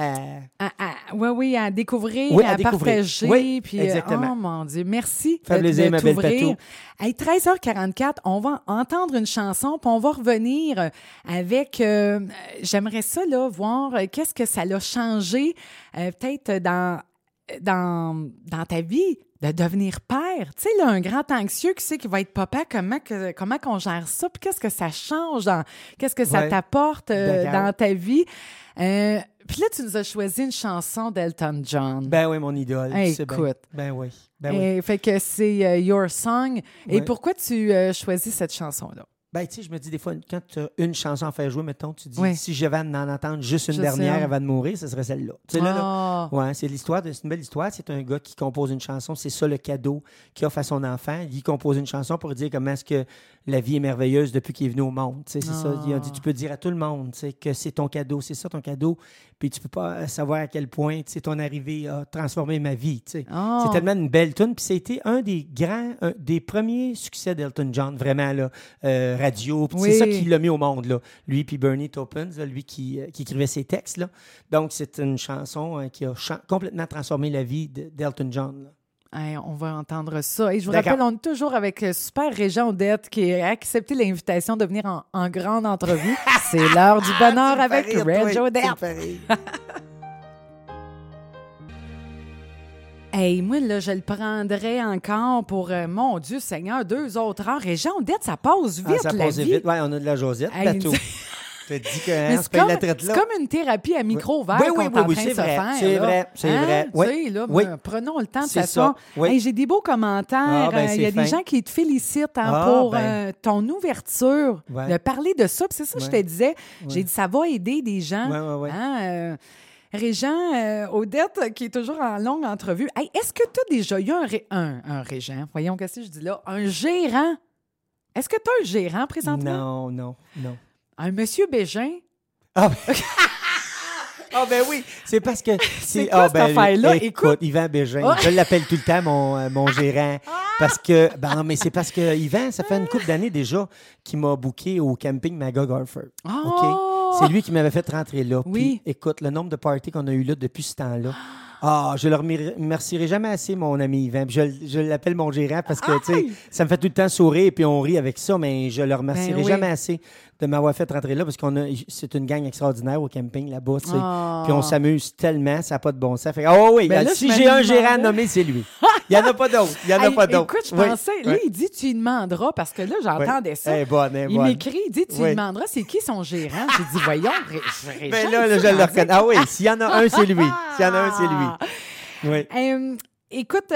découvrir, à partager. Oui, puis, exactement. Oh mon Dieu, merci. Fait plaisir, ma belle Patou. À 13h44, on va entendre une chanson, puis on va revenir avec... j'aimerais ça, là, voir qu'est-ce que ça l'a changé, peut-être dans ta vie, de devenir père. Tu sais, là, un grand anxieux qui sait qu'il va être papa, comment qu'on gère ça, puis qu'est-ce que ça change, qu'est-ce que ça t'apporte dans ta vie. Puis là, tu nous as choisi une chanson d'Elton John. Ben oui, mon idole. Écoute. Ben oui. Fait que c'est Your Song. Et pourquoi tu choisis cette chanson-là? Ben, tu sais, je me dis des fois, quand tu as une chanson à faire jouer, mettons, tu dis, si je vais en entendre juste une dernière avant de mourir, ce serait celle-là. Tu sais, là, ouais, c'est l'histoire, c'est une belle histoire. C'est un gars qui compose une chanson, c'est ça le cadeau qu'il offre à son enfant. Il compose une chanson pour dire comment est-ce que la vie est merveilleuse depuis qu'il est venu au monde. Tu sais, c'est ça. Il a dit, tu peux dire à tout le monde, tu sais, que c'est ton cadeau, c'est ça ton cadeau. Puis tu peux pas savoir à quel point, tu sais, ton arrivée a transformé ma vie, tu sais. C'est tellement une belle tune. Puis ça a été un des premiers succès d'Elton John, vraiment, là, radio. C'est ça qui l'a mis au monde, là. Lui puis Bernie Taupin, lui qui écrivait ses textes, là. Donc, c'est une chanson qui a complètement transformé la vie d'Elton John, là. Hey, on va entendre ça. Et je vous rappelle, on est toujours avec Super Régent Odette qui a accepté l'invitation de venir en grande entrevue. C'est l'heure du bonheur avec Régent Odette. Hey, moi, là, je le prendrais encore pour, mon Dieu Seigneur, 2 autres heures. Régent Odette, ça passe vite, ça la passe vie. Vite. Oui, on a de la Josette, plateau. C'est comme une thérapie à micro ouvert qu'on est en train de se faire. C'est vrai, c'est vrai. Prenons le temps de s'asseoir. Hey, j'ai des beaux commentaires. Il y a des gens qui te félicitent pour ton ouverture, de parler de ça. Puis c'est ça que je te disais. J'ai dit, ça va aider des gens. Régent, Odette, qui est toujours en longue entrevue. Hey, est-ce que tu as déjà eu un régent? Voyons, qu'est-ce que je dis là? Un gérant. Est-ce que tu as un gérant présentement? Non. Un monsieur Bégin? Ah ben oui, c'est parce que... C'est quoi cette affaire-là? Écoute, Yvan Bégin, je l'appelle tout le temps mon gérant. Parce que... Ben, mais c'est parce que Yvan, ça fait une couple d'années déjà qu'il m'a booké au camping Magog Harford. C'est lui qui m'avait fait rentrer là. Puis, écoute, le nombre de parties qu'on a eu là depuis ce temps-là... je le remercierai jamais assez, mon ami Yvan. Je l'appelle mon gérant parce que, tu sais, ça me fait tout le temps sourire et puis on rit avec ça, mais je le remercierai jamais assez de m'avoir fait rentrer là parce c'est une gang extraordinaire au camping là-bas, tu sais. Puis on s'amuse tellement, ça n'a pas de bon sens. Fait si j'ai un gérant nommé, c'est lui. Il n'y en a pas d'autre. Écoute, je pensais, là, il dit tu lui demanderas parce que là, j'entendais ça. Il m'écrit, il dit tu lui demanderas c'est qui son gérant. J'ai dit voyons, mais là, je le reconnais. Ah oui, s'il y en a un, c'est lui. S'il y en a un, c'est lui. Oui. Écoute,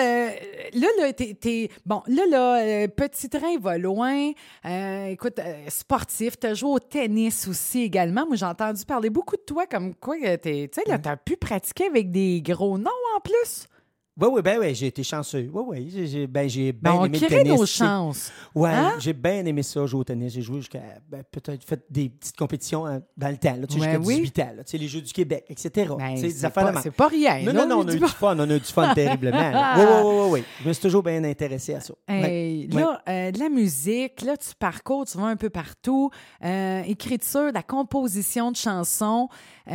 petit train va loin. Écoute, sportif, tu as joué au tennis aussi également. Moi, j'ai entendu parler beaucoup de toi comme quoi tu as pu pratiquer avec des gros noms en plus. Oui, j'ai été chanceux. Oui, j'ai bien aimé le tennis. Nos chances. Oui, j'ai bien aimé ça, jouer au tennis. J'ai joué jusqu'à, peut-être fait des petites compétitions dans le temps, jusqu'à 18 ans. Les Jeux du Québec, etc. C'est pas rien. Non, on a eu du fun terriblement. Oui. Je me suis toujours bien intéressé à ça. De la musique, là, tu parcours, tu vas un peu partout. Écriture, la composition de chansons.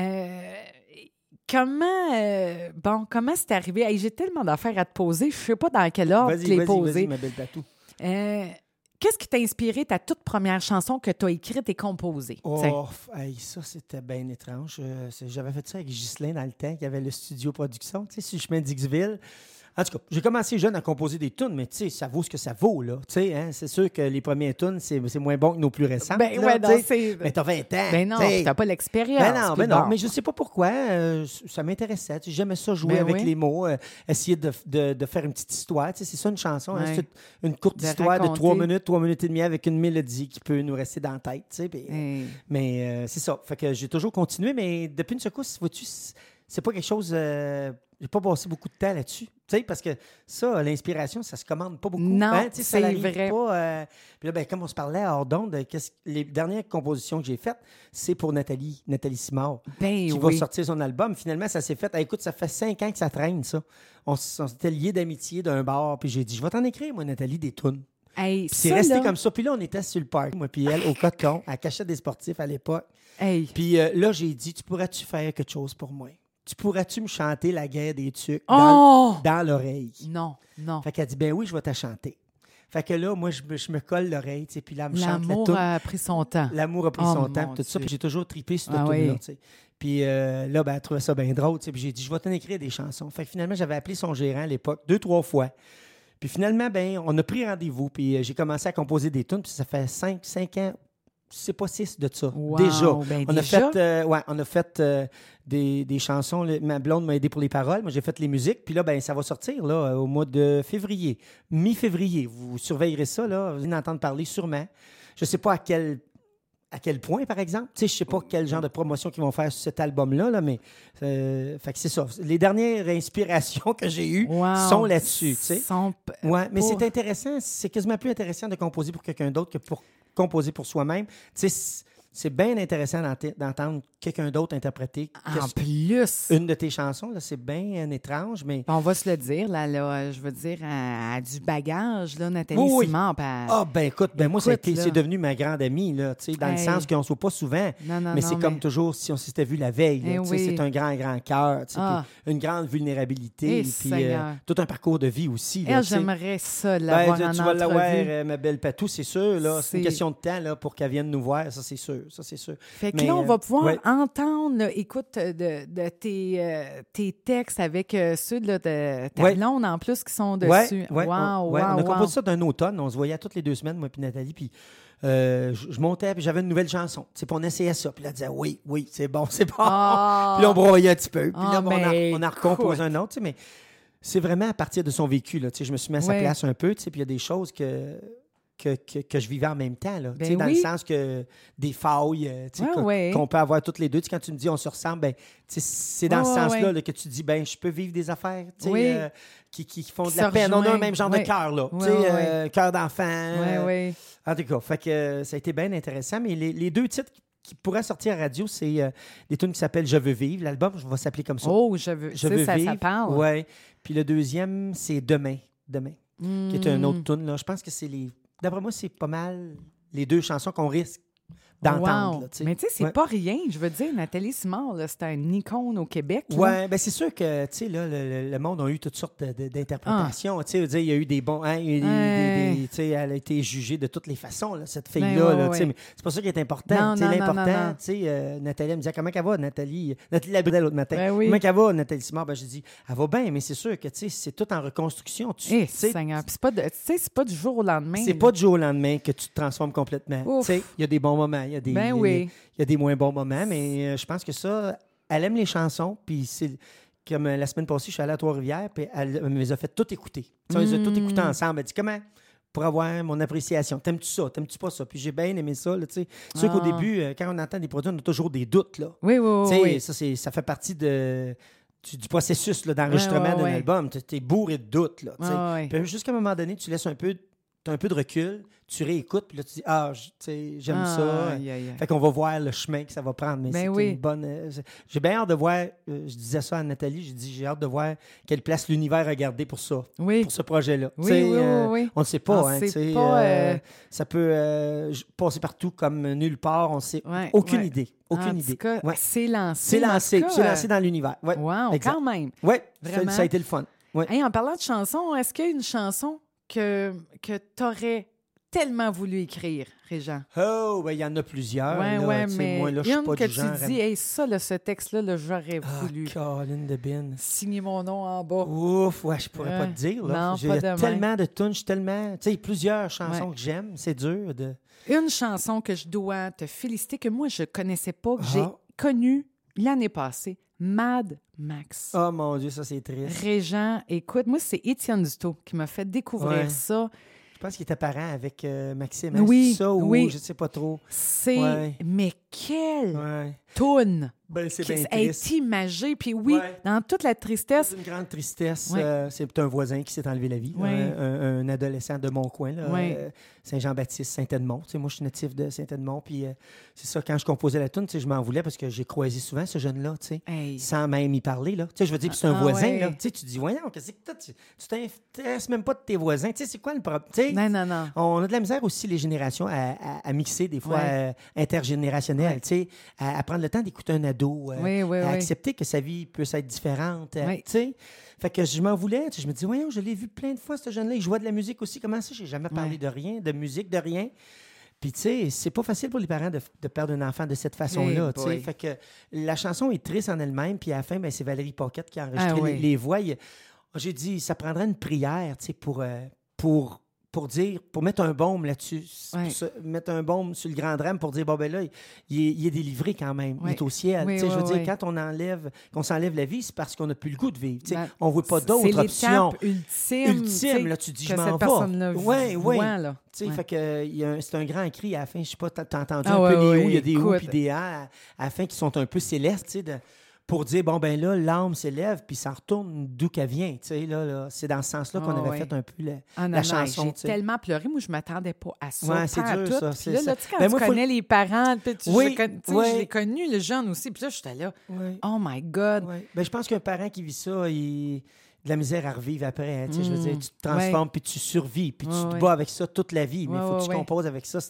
Comment c'est arrivé? Hey, j'ai tellement d'affaires à te poser. Je ne sais pas dans quel ordre tu les poser. Vas-y, ma belle Patou. Qu'est-ce qui t'a inspiré ta toute première chanson que tu as écrite et composée? Ça, c'était bien étrange. J'avais fait ça avec Ghislain dans le temps, qui avait le studio production, tu sais, sur le chemin d'Ixville. En tout cas, j'ai commencé jeune à composer des tunes, mais tu sais, ça vaut ce que ça vaut, là. Tu sais, hein, c'est sûr que les premières tunes, c'est moins bon que nos plus récentes. Mais t'as 20 ans. Ben non, t'as pas l'expérience. Ben non, mais je sais pas pourquoi. Ça m'intéressait. J'aimais ça, jouer avec les mots, essayer de faire une petite histoire. Tu sais, c'est ça une chanson. Hein, c'est une courte histoire de 3 minutes et demie avec une mélodie qui peut nous rester dans la tête. Tu sais, mais c'est ça. Fait que j'ai toujours continué, mais depuis une secousse, vois-tu, c'est pas quelque chose... j'ai pas passé beaucoup de temps là-dessus. Tu sais, parce que ça, l'inspiration, ça se commande pas beaucoup. Non, c'est vrai. Pas, puis là, comme on se parlait hors d'onde, les dernières compositions que j'ai faites, c'est pour Nathalie Simard, qui va sortir son album. Finalement, ça s'est fait. Écoute, ça fait 5 ans que ça traîne, ça. On s'était liés d'amitié d'un bar, puis j'ai dit, je vais t'en écrire, moi, Nathalie, des tunes. Hey, c'est resté comme ça. Puis là, on était sur le parc, moi puis elle, au coton, à Cachette des sportifs à l'époque. Puis là, j'ai dit, tu pourrais-tu faire quelque chose pour moi? Tu pourrais-tu me chanter La guerre des tucs dans l'oreille? Non. Fait qu'elle dit, ben oui, je vais te chanter. Fait que là, moi, je me colle l'oreille, tu sais, puis là, elle me chante la toune. L'amour a pris son temps. L'amour a pris son temps, tout ça. Puis j'ai toujours tripé sur cette toune-là, tu sais. Puis là, elle trouvait ça bien drôle, tu sais. Puis j'ai dit, je vais t'en écrire des chansons. Fait que finalement, j'avais appelé son gérant à l'époque 2-3 fois. Puis finalement, on a pris rendez-vous. Puis j'ai commencé à composer des tunes. Puis ça fait 5 ans. C'est pas 6 de ça. Wow, déjà. On a fait des chansons. Ma blonde m'a aidé pour les paroles. Moi, j'ai fait les musiques. Puis là, ça va sortir là, au mois de février. Mi-février. Vous surveillerez ça. Là. Vous allez en entendre parler sûrement. je sais pas à quel point, par exemple. Tu sais, je sais pas quel genre de promotion qu'ils vont faire sur cet album-là, là, mais fait que c'est ça. Les dernières inspirations que j'ai eues sont là-dessus, tu sais. Ouais, mais c'est intéressant. C'est quasiment plus intéressant de composer pour quelqu'un d'autre que pour composer pour soi-même. Tu sais, c'est bien intéressant d'entendre quelqu'un d'autre interpréter. En plus! Une de tes chansons, là, c'est bien étrange, mais... On va se le dire, là je veux dire, elle a du bagage, là, Nathalie Simard. Écoute, moi, c'est devenu ma grande amie, là, tu sais, dans le sens qu'on ne se voit pas souvent, mais c'est comme toujours si on s'était vu la veille. Là, c'est un grand, grand cœur, une grande vulnérabilité, puis tout un parcours de vie aussi. Là, j'aimerais ça l'avoir en entrevue. Tu vas l'avoir, ma belle Patou, c'est sûr. Là, c'est une question de temps là, pour qu'elle vienne nous voir, ça, c'est sûr. Fait que là, on va pouvoir entendre, là, écoute, de tes textes avec ceux de ta blonde en plus qui sont dessus. On a composé ça d'un automne. On se voyait toutes les 2 semaines, moi et Nathalie. Puis je montais, puis j'avais une nouvelle chanson. Puis on essayait ça. Puis là, elle disait oui, c'est bon. Puis là, on broyait un petit peu. Puis là, on a recomposé un autre. Mais c'est vraiment à partir de son vécu. Là, je me suis mis à sa place un peu. Puis il y a des choses que je vivais en même temps, là, dans le sens que des failles qu'on peut avoir toutes les deux. Quand tu me dis on se ressemble, c'est dans ce sens-là là, que tu dis je peux vivre des affaires qui font de la peine. On a un même genre de cœur, là, cœur d'enfant. En tout cas, fait que, ça a été bien intéressant. Mais les 2 titres qui pourraient sortir à radio, c'est des tunes qui s'appellent « Je veux vivre ». L'album va s'appeler comme ça. Oh, je veux vivre. Ça parle. Oui. Puis le deuxième, c'est « Demain », qui est un autre tune. Je pense que c'est les... D'après moi, c'est pas mal les 2 chansons qu'on risque d'entendre. Là, mais tu sais, c'est pas rien. Je veux dire, Nathalie Simard, c'est un icône au Québec. Oui, bien c'est sûr que tu sais, là, le monde a eu toutes sortes d'interprétations. Tu sais, il y a eu des bons... tu sais, elle a été jugée de toutes les façons, là, cette fille-là. Mais c'est pas ça qui est important. L'important, tu sais, Nathalie me disait, comment elle va, Nathalie Labrunel l'autre matin. Comment elle va, Nathalie Simard? J'ai dit, elle va bien, mais c'est sûr que tu sais, c'est tout en reconstruction. Seigneur. Puis c'est pas du jour au lendemain. C'est pas du jour au lendemain que tu te transformes complètement. Tu sais, il y a des bons moments. Il y a des moins bons moments, mais je pense que ça, elle aime les chansons, puis c'est comme la semaine passée, je suis allé à Trois-Rivières, puis elle me les a fait toutes écouter. On les a toutes écoutées ensemble. Elle dit, comment pour avoir mon appréciation? T'aimes-tu ça? T'aimes-tu pas ça? Puis j'ai bien aimé ça. C'est sûr qu'au début, quand on entend des produits, on a toujours des doutes. Là. Oui. Ça fait partie du processus là, d'enregistrement d'un album. T'es bourré de doutes. Là, puis jusqu'à un moment donné, tu laisses un peu de recul, tu réécoutes, puis là, tu dis, j'aime ça. Fait qu'on va voir le chemin que ça va prendre. Mais c'est une bonne... j'ai bien hâte de voir, je disais ça à Nathalie, j'ai hâte de voir quelle place l'univers a gardé pour ça, pour ce projet-là. On ne sait pas. Ça peut passer partout comme nulle part. On sait aucune idée. Aucune idée. Cas, c'est lancé. C'est lancé dans l'univers. Wow, quand même. Oui, ça a été le fun. Hey, en parlant de chansons, est-ce qu'il y a une chanson que tu aurais tellement voulu écrire, Régent? Oh, il y en a plusieurs. Mais moi, là, il y en a que du genre tu dis, hey, ça, là, ce texte-là, là, j'aurais voulu. Colin de Bin. Signer mon nom en bas. Ouf, je pourrais pas te dire. Là. J'ai tellement de tunes, plusieurs chansons que j'aime. C'est dur de... Une chanson que je dois te féliciter, que moi, je connaissais pas, que j'ai connue l'année passée. Mad Max. Oh mon Dieu, ça c'est triste. Régent, écoute, moi c'est Étienne Dutot qui m'a fait découvrir ça. Je pense qu'il était parent avec Maxime. Oui, ça ou je ne sais pas trop. Mais quelle toune! C'est bien triste. Est imagée. Puis dans toute la tristesse... C'est une grande tristesse. C'est un voisin qui s'est enlevé la vie. Un adolescent de mon coin, là, Saint-Jean-Baptiste, Saint-Edmond. Moi, je suis natif de Saint-Edmond. Puis c'est ça, quand je composais la toune, je m'en voulais parce que j'ai croisé souvent ce jeune-là, sans même y parler. Là. Je veux dire, c'est un voisin. Là. Tu dis, voyons, qu'est-ce que tu t'intéresses même pas de tes voisins. C'est quoi le problème? Non. On a de la misère aussi, les générations, à mixer, des fois intergénérationnel, à prendre le temps d'écouter un ado, à accepter que sa vie peut être différente. Fait que je m'en voulais. Je me dis, voyons, je l'ai vu plein de fois, ce jeune-là. Il jouait de la musique aussi. Comment ça? J'ai jamais parlé de rien, de musique, de rien. Puis, tu sais, c'est pas facile pour les parents de perdre un enfant de cette façon-là. Fait que la chanson est triste en elle-même. Puis, à la fin, c'est Valérie Paquette qui a enregistré les voix. J'ai dit, ça prendrait une prière, pour pour mettre un baume là-dessus, Ouais. mettre un baume sur le grand drame pour dire, bon, ben là, il est délivré quand même, il est au ciel. Oui, Tu sais, je veux oui. dire, quand qu'on s'enlève la vie, c'est parce qu'on n'a plus le goût de vivre. Tu sais, Ben, on ne voit pas c'est d'autres options. ultime. tu sais, Là, tu dis, que je m'en cette vais. personne-là Oui, oui. voit, là. Tu sais, Ouais. fait que c'est un grand cri à la fin. Je sais pas, t'as entendu Ah un peu ouais, les ou, il y a des ou écoute. puis des a à la fin qui sont un peu célestes, tu sais, pour dire, bon, ben là, l'âme s'élève, puis ça retourne d'où qu'elle vient, tu sais, là. C'est dans ce sens-là qu'on avait fait un peu Ah, non, la non, chanson, j'ai tu sais. tellement pleuré. Moi, je ne m'attendais pas à ça. Ouais, c'est pas à dur, tout. ça, Puis c'est là, ça. tu sais, quand Ben, tu moi, connais les parents, puis Oui, je l'ai connu, le jeune aussi. Puis là, j'étais là, Oui. oh my God. Ouais. Ben, je pense qu'un parent qui vit ça, il de la misère à revivre après. Hein, tu sais, je veux dire, tu te transformes, puis tu survis, puis tu te bats avec ça toute la vie. Mais il faut que tu composes avec ça.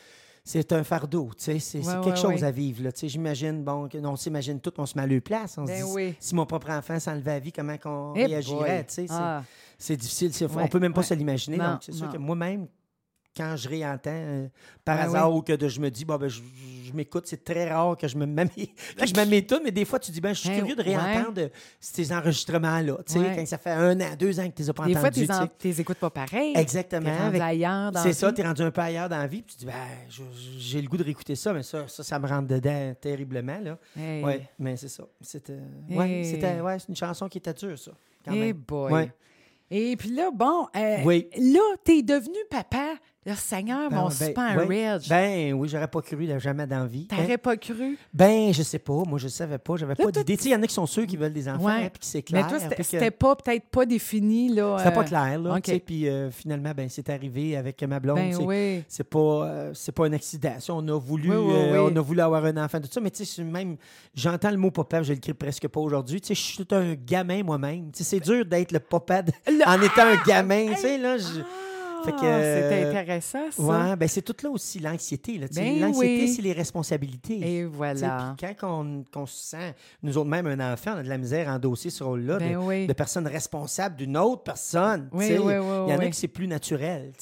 C'est un fardeau, tu sais, c'est quelque chose à vivre. Là, tu sais, j'imagine, bon, on s'imagine tout, on se met à leur place. On se dit, si mon propre enfant s'enlevait à la vie, comment on réagirait, tu sais, c'est difficile. On peut même pas se l'imaginer. Donc, c'est sûr que moi-même, quand je réentends par hasard ou que je me dis, bon, ben, je m'écoute, c'est très rare que je me m'étoute, mais des fois, tu dis, ben, je suis curieux de réentendre ces enregistrements-là. Tu sais, quand ça fait 1 an, 2 ans que tu les as pas entendus. Des fois, tu les écoutes pas pareil. Exactement. T'es rendu ailleurs dans c'est ça, tu es rendu un peu ailleurs dans la vie, puis tu dis, ben, j'ai le goût de réécouter ça, mais ça me rentre dedans terriblement. Là. Hey. Oui, mais c'est ça. C'était c'est une chanson qui était dure, ça. Quand hey même. Boy. Ouais. Et puis là, bon, oui. là, t'es devenu papa. Le Seigneur, mon super Reg. Ben oui, j'aurais pas cru jamais dans la vie. T'aurais pas cru? Ben, je sais pas. Moi, je savais pas. J'avais pas d'idée. Tu sais, il y en a qui sont ceux qui veulent des enfants, puis qui c'est clair. Mais toi, c'était peut-être pas défini, là. C'était pas clair, là. Okay. Puis finalement, ben, c'est arrivé avec ma blonde. Ben, c'est pas un accident. On a voulu avoir un enfant, tout ça. Mais tu sais, même, j'entends le mot papa, je le crie presque pas aujourd'hui. Tu sais, je suis un gamin moi-même. Tu sais, c'est dur d'être le papa en étant un gamin. Tu sais, là, fait que, c'est intéressant, ça. Ouais, ben c'est tout là aussi l'anxiété. Là, l'anxiété, c'est les responsabilités. Et voilà. Puis quand on se sent, nous autres même, un enfant, on a de la misère à endosser ce rôle-là de personne responsable d'une autre personne. Il y en a qui c'est plus naturel,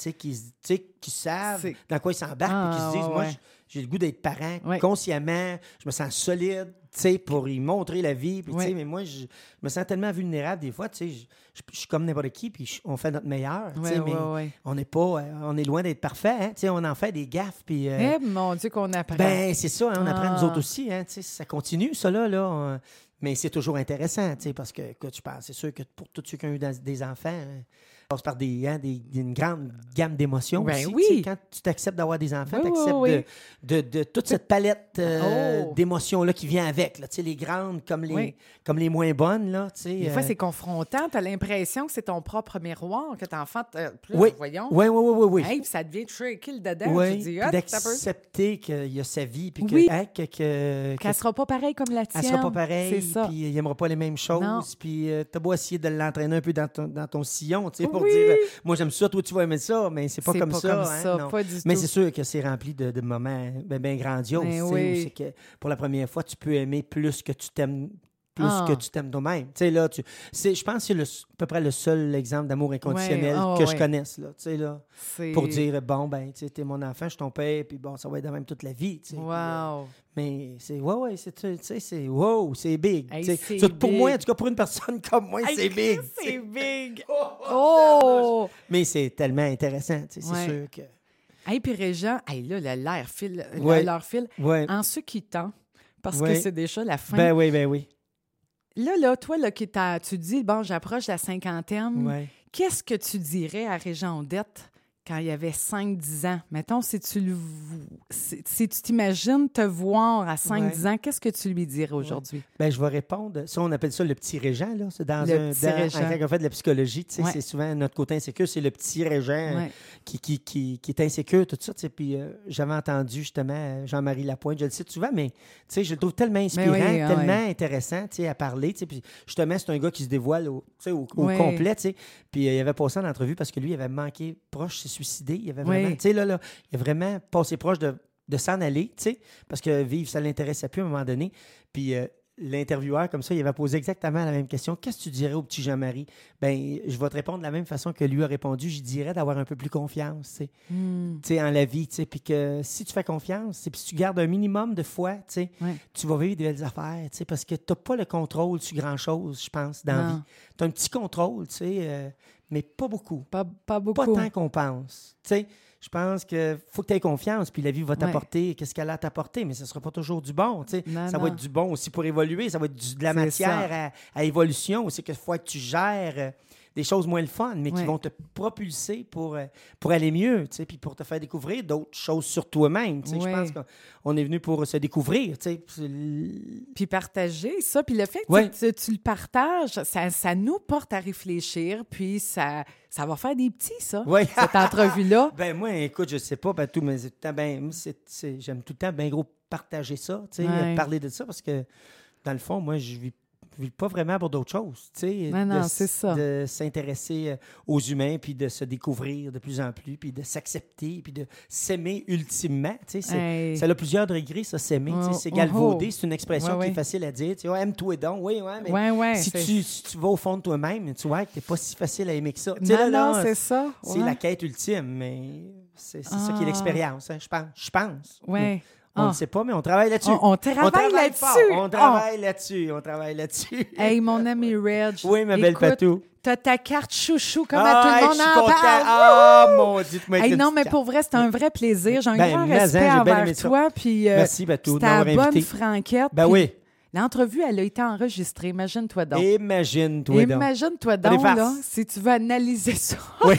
qui savent dans quoi ils s'embarquent et qui se disent, moi, j'ai le goût d'être parent consciemment, je me sens solide, pour y montrer la vie. Puis, mais moi, je me sens tellement vulnérable des fois. Je suis comme n'importe qui, puis on fait notre meilleur. Mais on n'est pas... on est loin d'être parfait. Hein, on en fait des gaffes. Puis, mon Dieu, qu'on apprend. Ben, c'est ça. Hein, on apprend nous autres aussi. Hein, ça continue, ça, là. Mais c'est toujours intéressant, parce que tu parles. C'est sûr que pour tous ceux qui ont eu des enfants... On passe par une grande gamme d'émotions aussi. Oui. Quand tu t'acceptes d'avoir des enfants, tu acceptes de toute cette palette d'émotions-là qui vient avec. Là, les grandes comme les moins bonnes. Là, des fois, c'est confrontant. Tu as l'impression que c'est ton propre miroir, que tu en fais. Voyons. Oui. Hey, puis ça devient tricky dedans. Oui, tu dis, d'accepter qu'il y a sa vie. Puis qu'elle ne sera pas pareille comme la tienne. Elle sera pas pareille. C'est ça. Puis il n'aimera pas les mêmes choses. Puis tu as beau essayer de l'entraîner un peu dans ton sillon, pour dire moi j'aime ça, toi tu vas aimer ça, mais c'est pas comme ça. Non. Pas du mais tout. c'est sûr que c'est rempli de moments bien grandioses. Où c'est que pour la première fois, tu peux aimer plus que tu t'aimes. Que tu t'aimes toi-même. Là, je pense que c'est à peu près le seul exemple d'amour inconditionnel que je connaisse. Là, pour dire, bon, ben, tu es mon enfant, je suis ton père, puis bon, ça va être de même toute la vie. Wow. Mais c'est, c'est big. Hey, c'est pour big. moi, en tout cas, pour une personne comme moi, c'est big. C'est big. Mais c'est tellement intéressant, c'est sûr que... Hey, puis Régent, là, l'air file. En se quittant, parce que c'est déjà la fin. Ben oui. Là, toi, là, tu dis, bon, j'approche la cinquantaine. Ouais. Qu'est-ce que tu dirais à Régent Odette quand il y avait 5-10 ans? Mettons, si tu t'imagines te voir à 5-10 ans, qu'est-ce que tu lui dirais aujourd'hui? Ben, je vais répondre. Ça, on appelle ça le petit Régent. Là. C'est quand on fait de la psychologie, c'est souvent notre côté insécure, c'est le petit Régent qui est insécure, tout ça. Puis j'avais entendu justement Jean-Marie Lapointe, je le cite souvent, mais je le trouve tellement inspirant, tellement intéressant à parler. Puis justement, c'est un gars qui se dévoile au complet. Puis il avait passé en entrevue parce que lui, il avait manqué proche, s'est suicidé. Il avait vraiment, il a vraiment passé proche de s'en aller, parce que vivre, ça ne l'intéressait plus à un moment donné. Puis l'intervieweur, comme ça, il avait posé exactement la même question. Qu'est-ce que tu dirais au petit Jean-Marie? Ben, je vais te répondre de la même façon que lui a répondu. Je dirais d'avoir un peu plus confiance, tu sais, en la vie, tu sais. Puis que si tu fais confiance, puis si tu gardes un minimum de foi, tu sais, tu vas vivre des belles affaires, tu sais, parce que tu n'as pas le contrôle sur grand-chose, je pense, dans la vie. Tu as un petit contrôle, tu sais, mais pas beaucoup. Pas beaucoup. Pas tant qu'on pense, tu sais. Je pense qu'il faut que tu aies confiance, puis la vie va t'apporter qu'est-ce qu'elle a à t'apporter, mais ce ne sera pas toujours du bon. Ça va être du bon aussi pour évoluer, ça va être de la matière à évolution. C'est que fois que tu gères des choses moins le fun, mais qui vont te propulser pour aller mieux, puis pour te faire découvrir d'autres choses sur toi-même. Je pense qu'on est venu pour se découvrir. Puis partager ça. Puis le fait que tu le partages, ça nous porte à réfléchir, puis ça va faire des petits, ça, cette entrevue-là. Ben moi, écoute, je sais pas, tout, mais j'aime tout le temps bien gros partager ça, parler de ça, parce que dans le fond, moi, je vis pas vraiment pour d'autres choses, c'est ça. De s'intéresser aux humains, puis de se découvrir de plus en plus, puis de s'accepter, puis de s'aimer ultimement, ça a plusieurs degrés, ça, s'aimer, c'est galvaudé, c'est une expression qui est facile à dire, aime-toi donc, mais si tu vas au fond de toi-même, tu vois que t'es pas si facile à aimer que ça. Non, c'est ça. C'est la quête ultime, mais c'est ça qui est l'expérience, je pense. Oui. On ne sait pas, mais on travaille là-dessus. On travaille là-dessus. On travaille là-dessus. Hey, mon ami Reg. Oui, ma belle Patou. T'as ta carte chouchou, comme à tout le monde en parle. Ah, mon Dieu, tu m'as hey, non, mais pour vrai, c'était un vrai plaisir. J'ai un grand respect envers toi. Puis, merci, Patou, de m'avoir invité. Bonne franquette. Ben oui. L'entrevue, elle a été enregistrée. Imagine-toi donc. Imagine-toi donc, là, si tu veux analyser ça. Oui.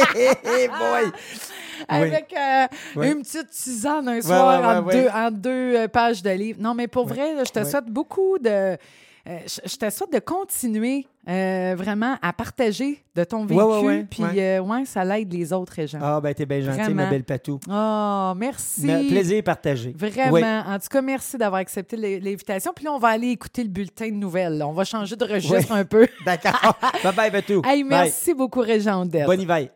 Boy. Avec une petite tisane un soir en deux pages de livre. Non, mais pour vrai, là, je te souhaite beaucoup de... je te souhaite de continuer vraiment à partager de ton vécu. Puis, ça l'aide les autres gens. Ah, ben, t'es bien gentil, ma belle Patou. Oh, merci. Plaisir partagé. Vraiment. Oui. En tout cas, merci d'avoir accepté l'invitation. Puis là, on va aller écouter le bulletin de nouvelles. On va changer de registre un peu. D'accord. Bye-bye, Patou. Hey, merci beaucoup, Régent Odette. Bon hiver.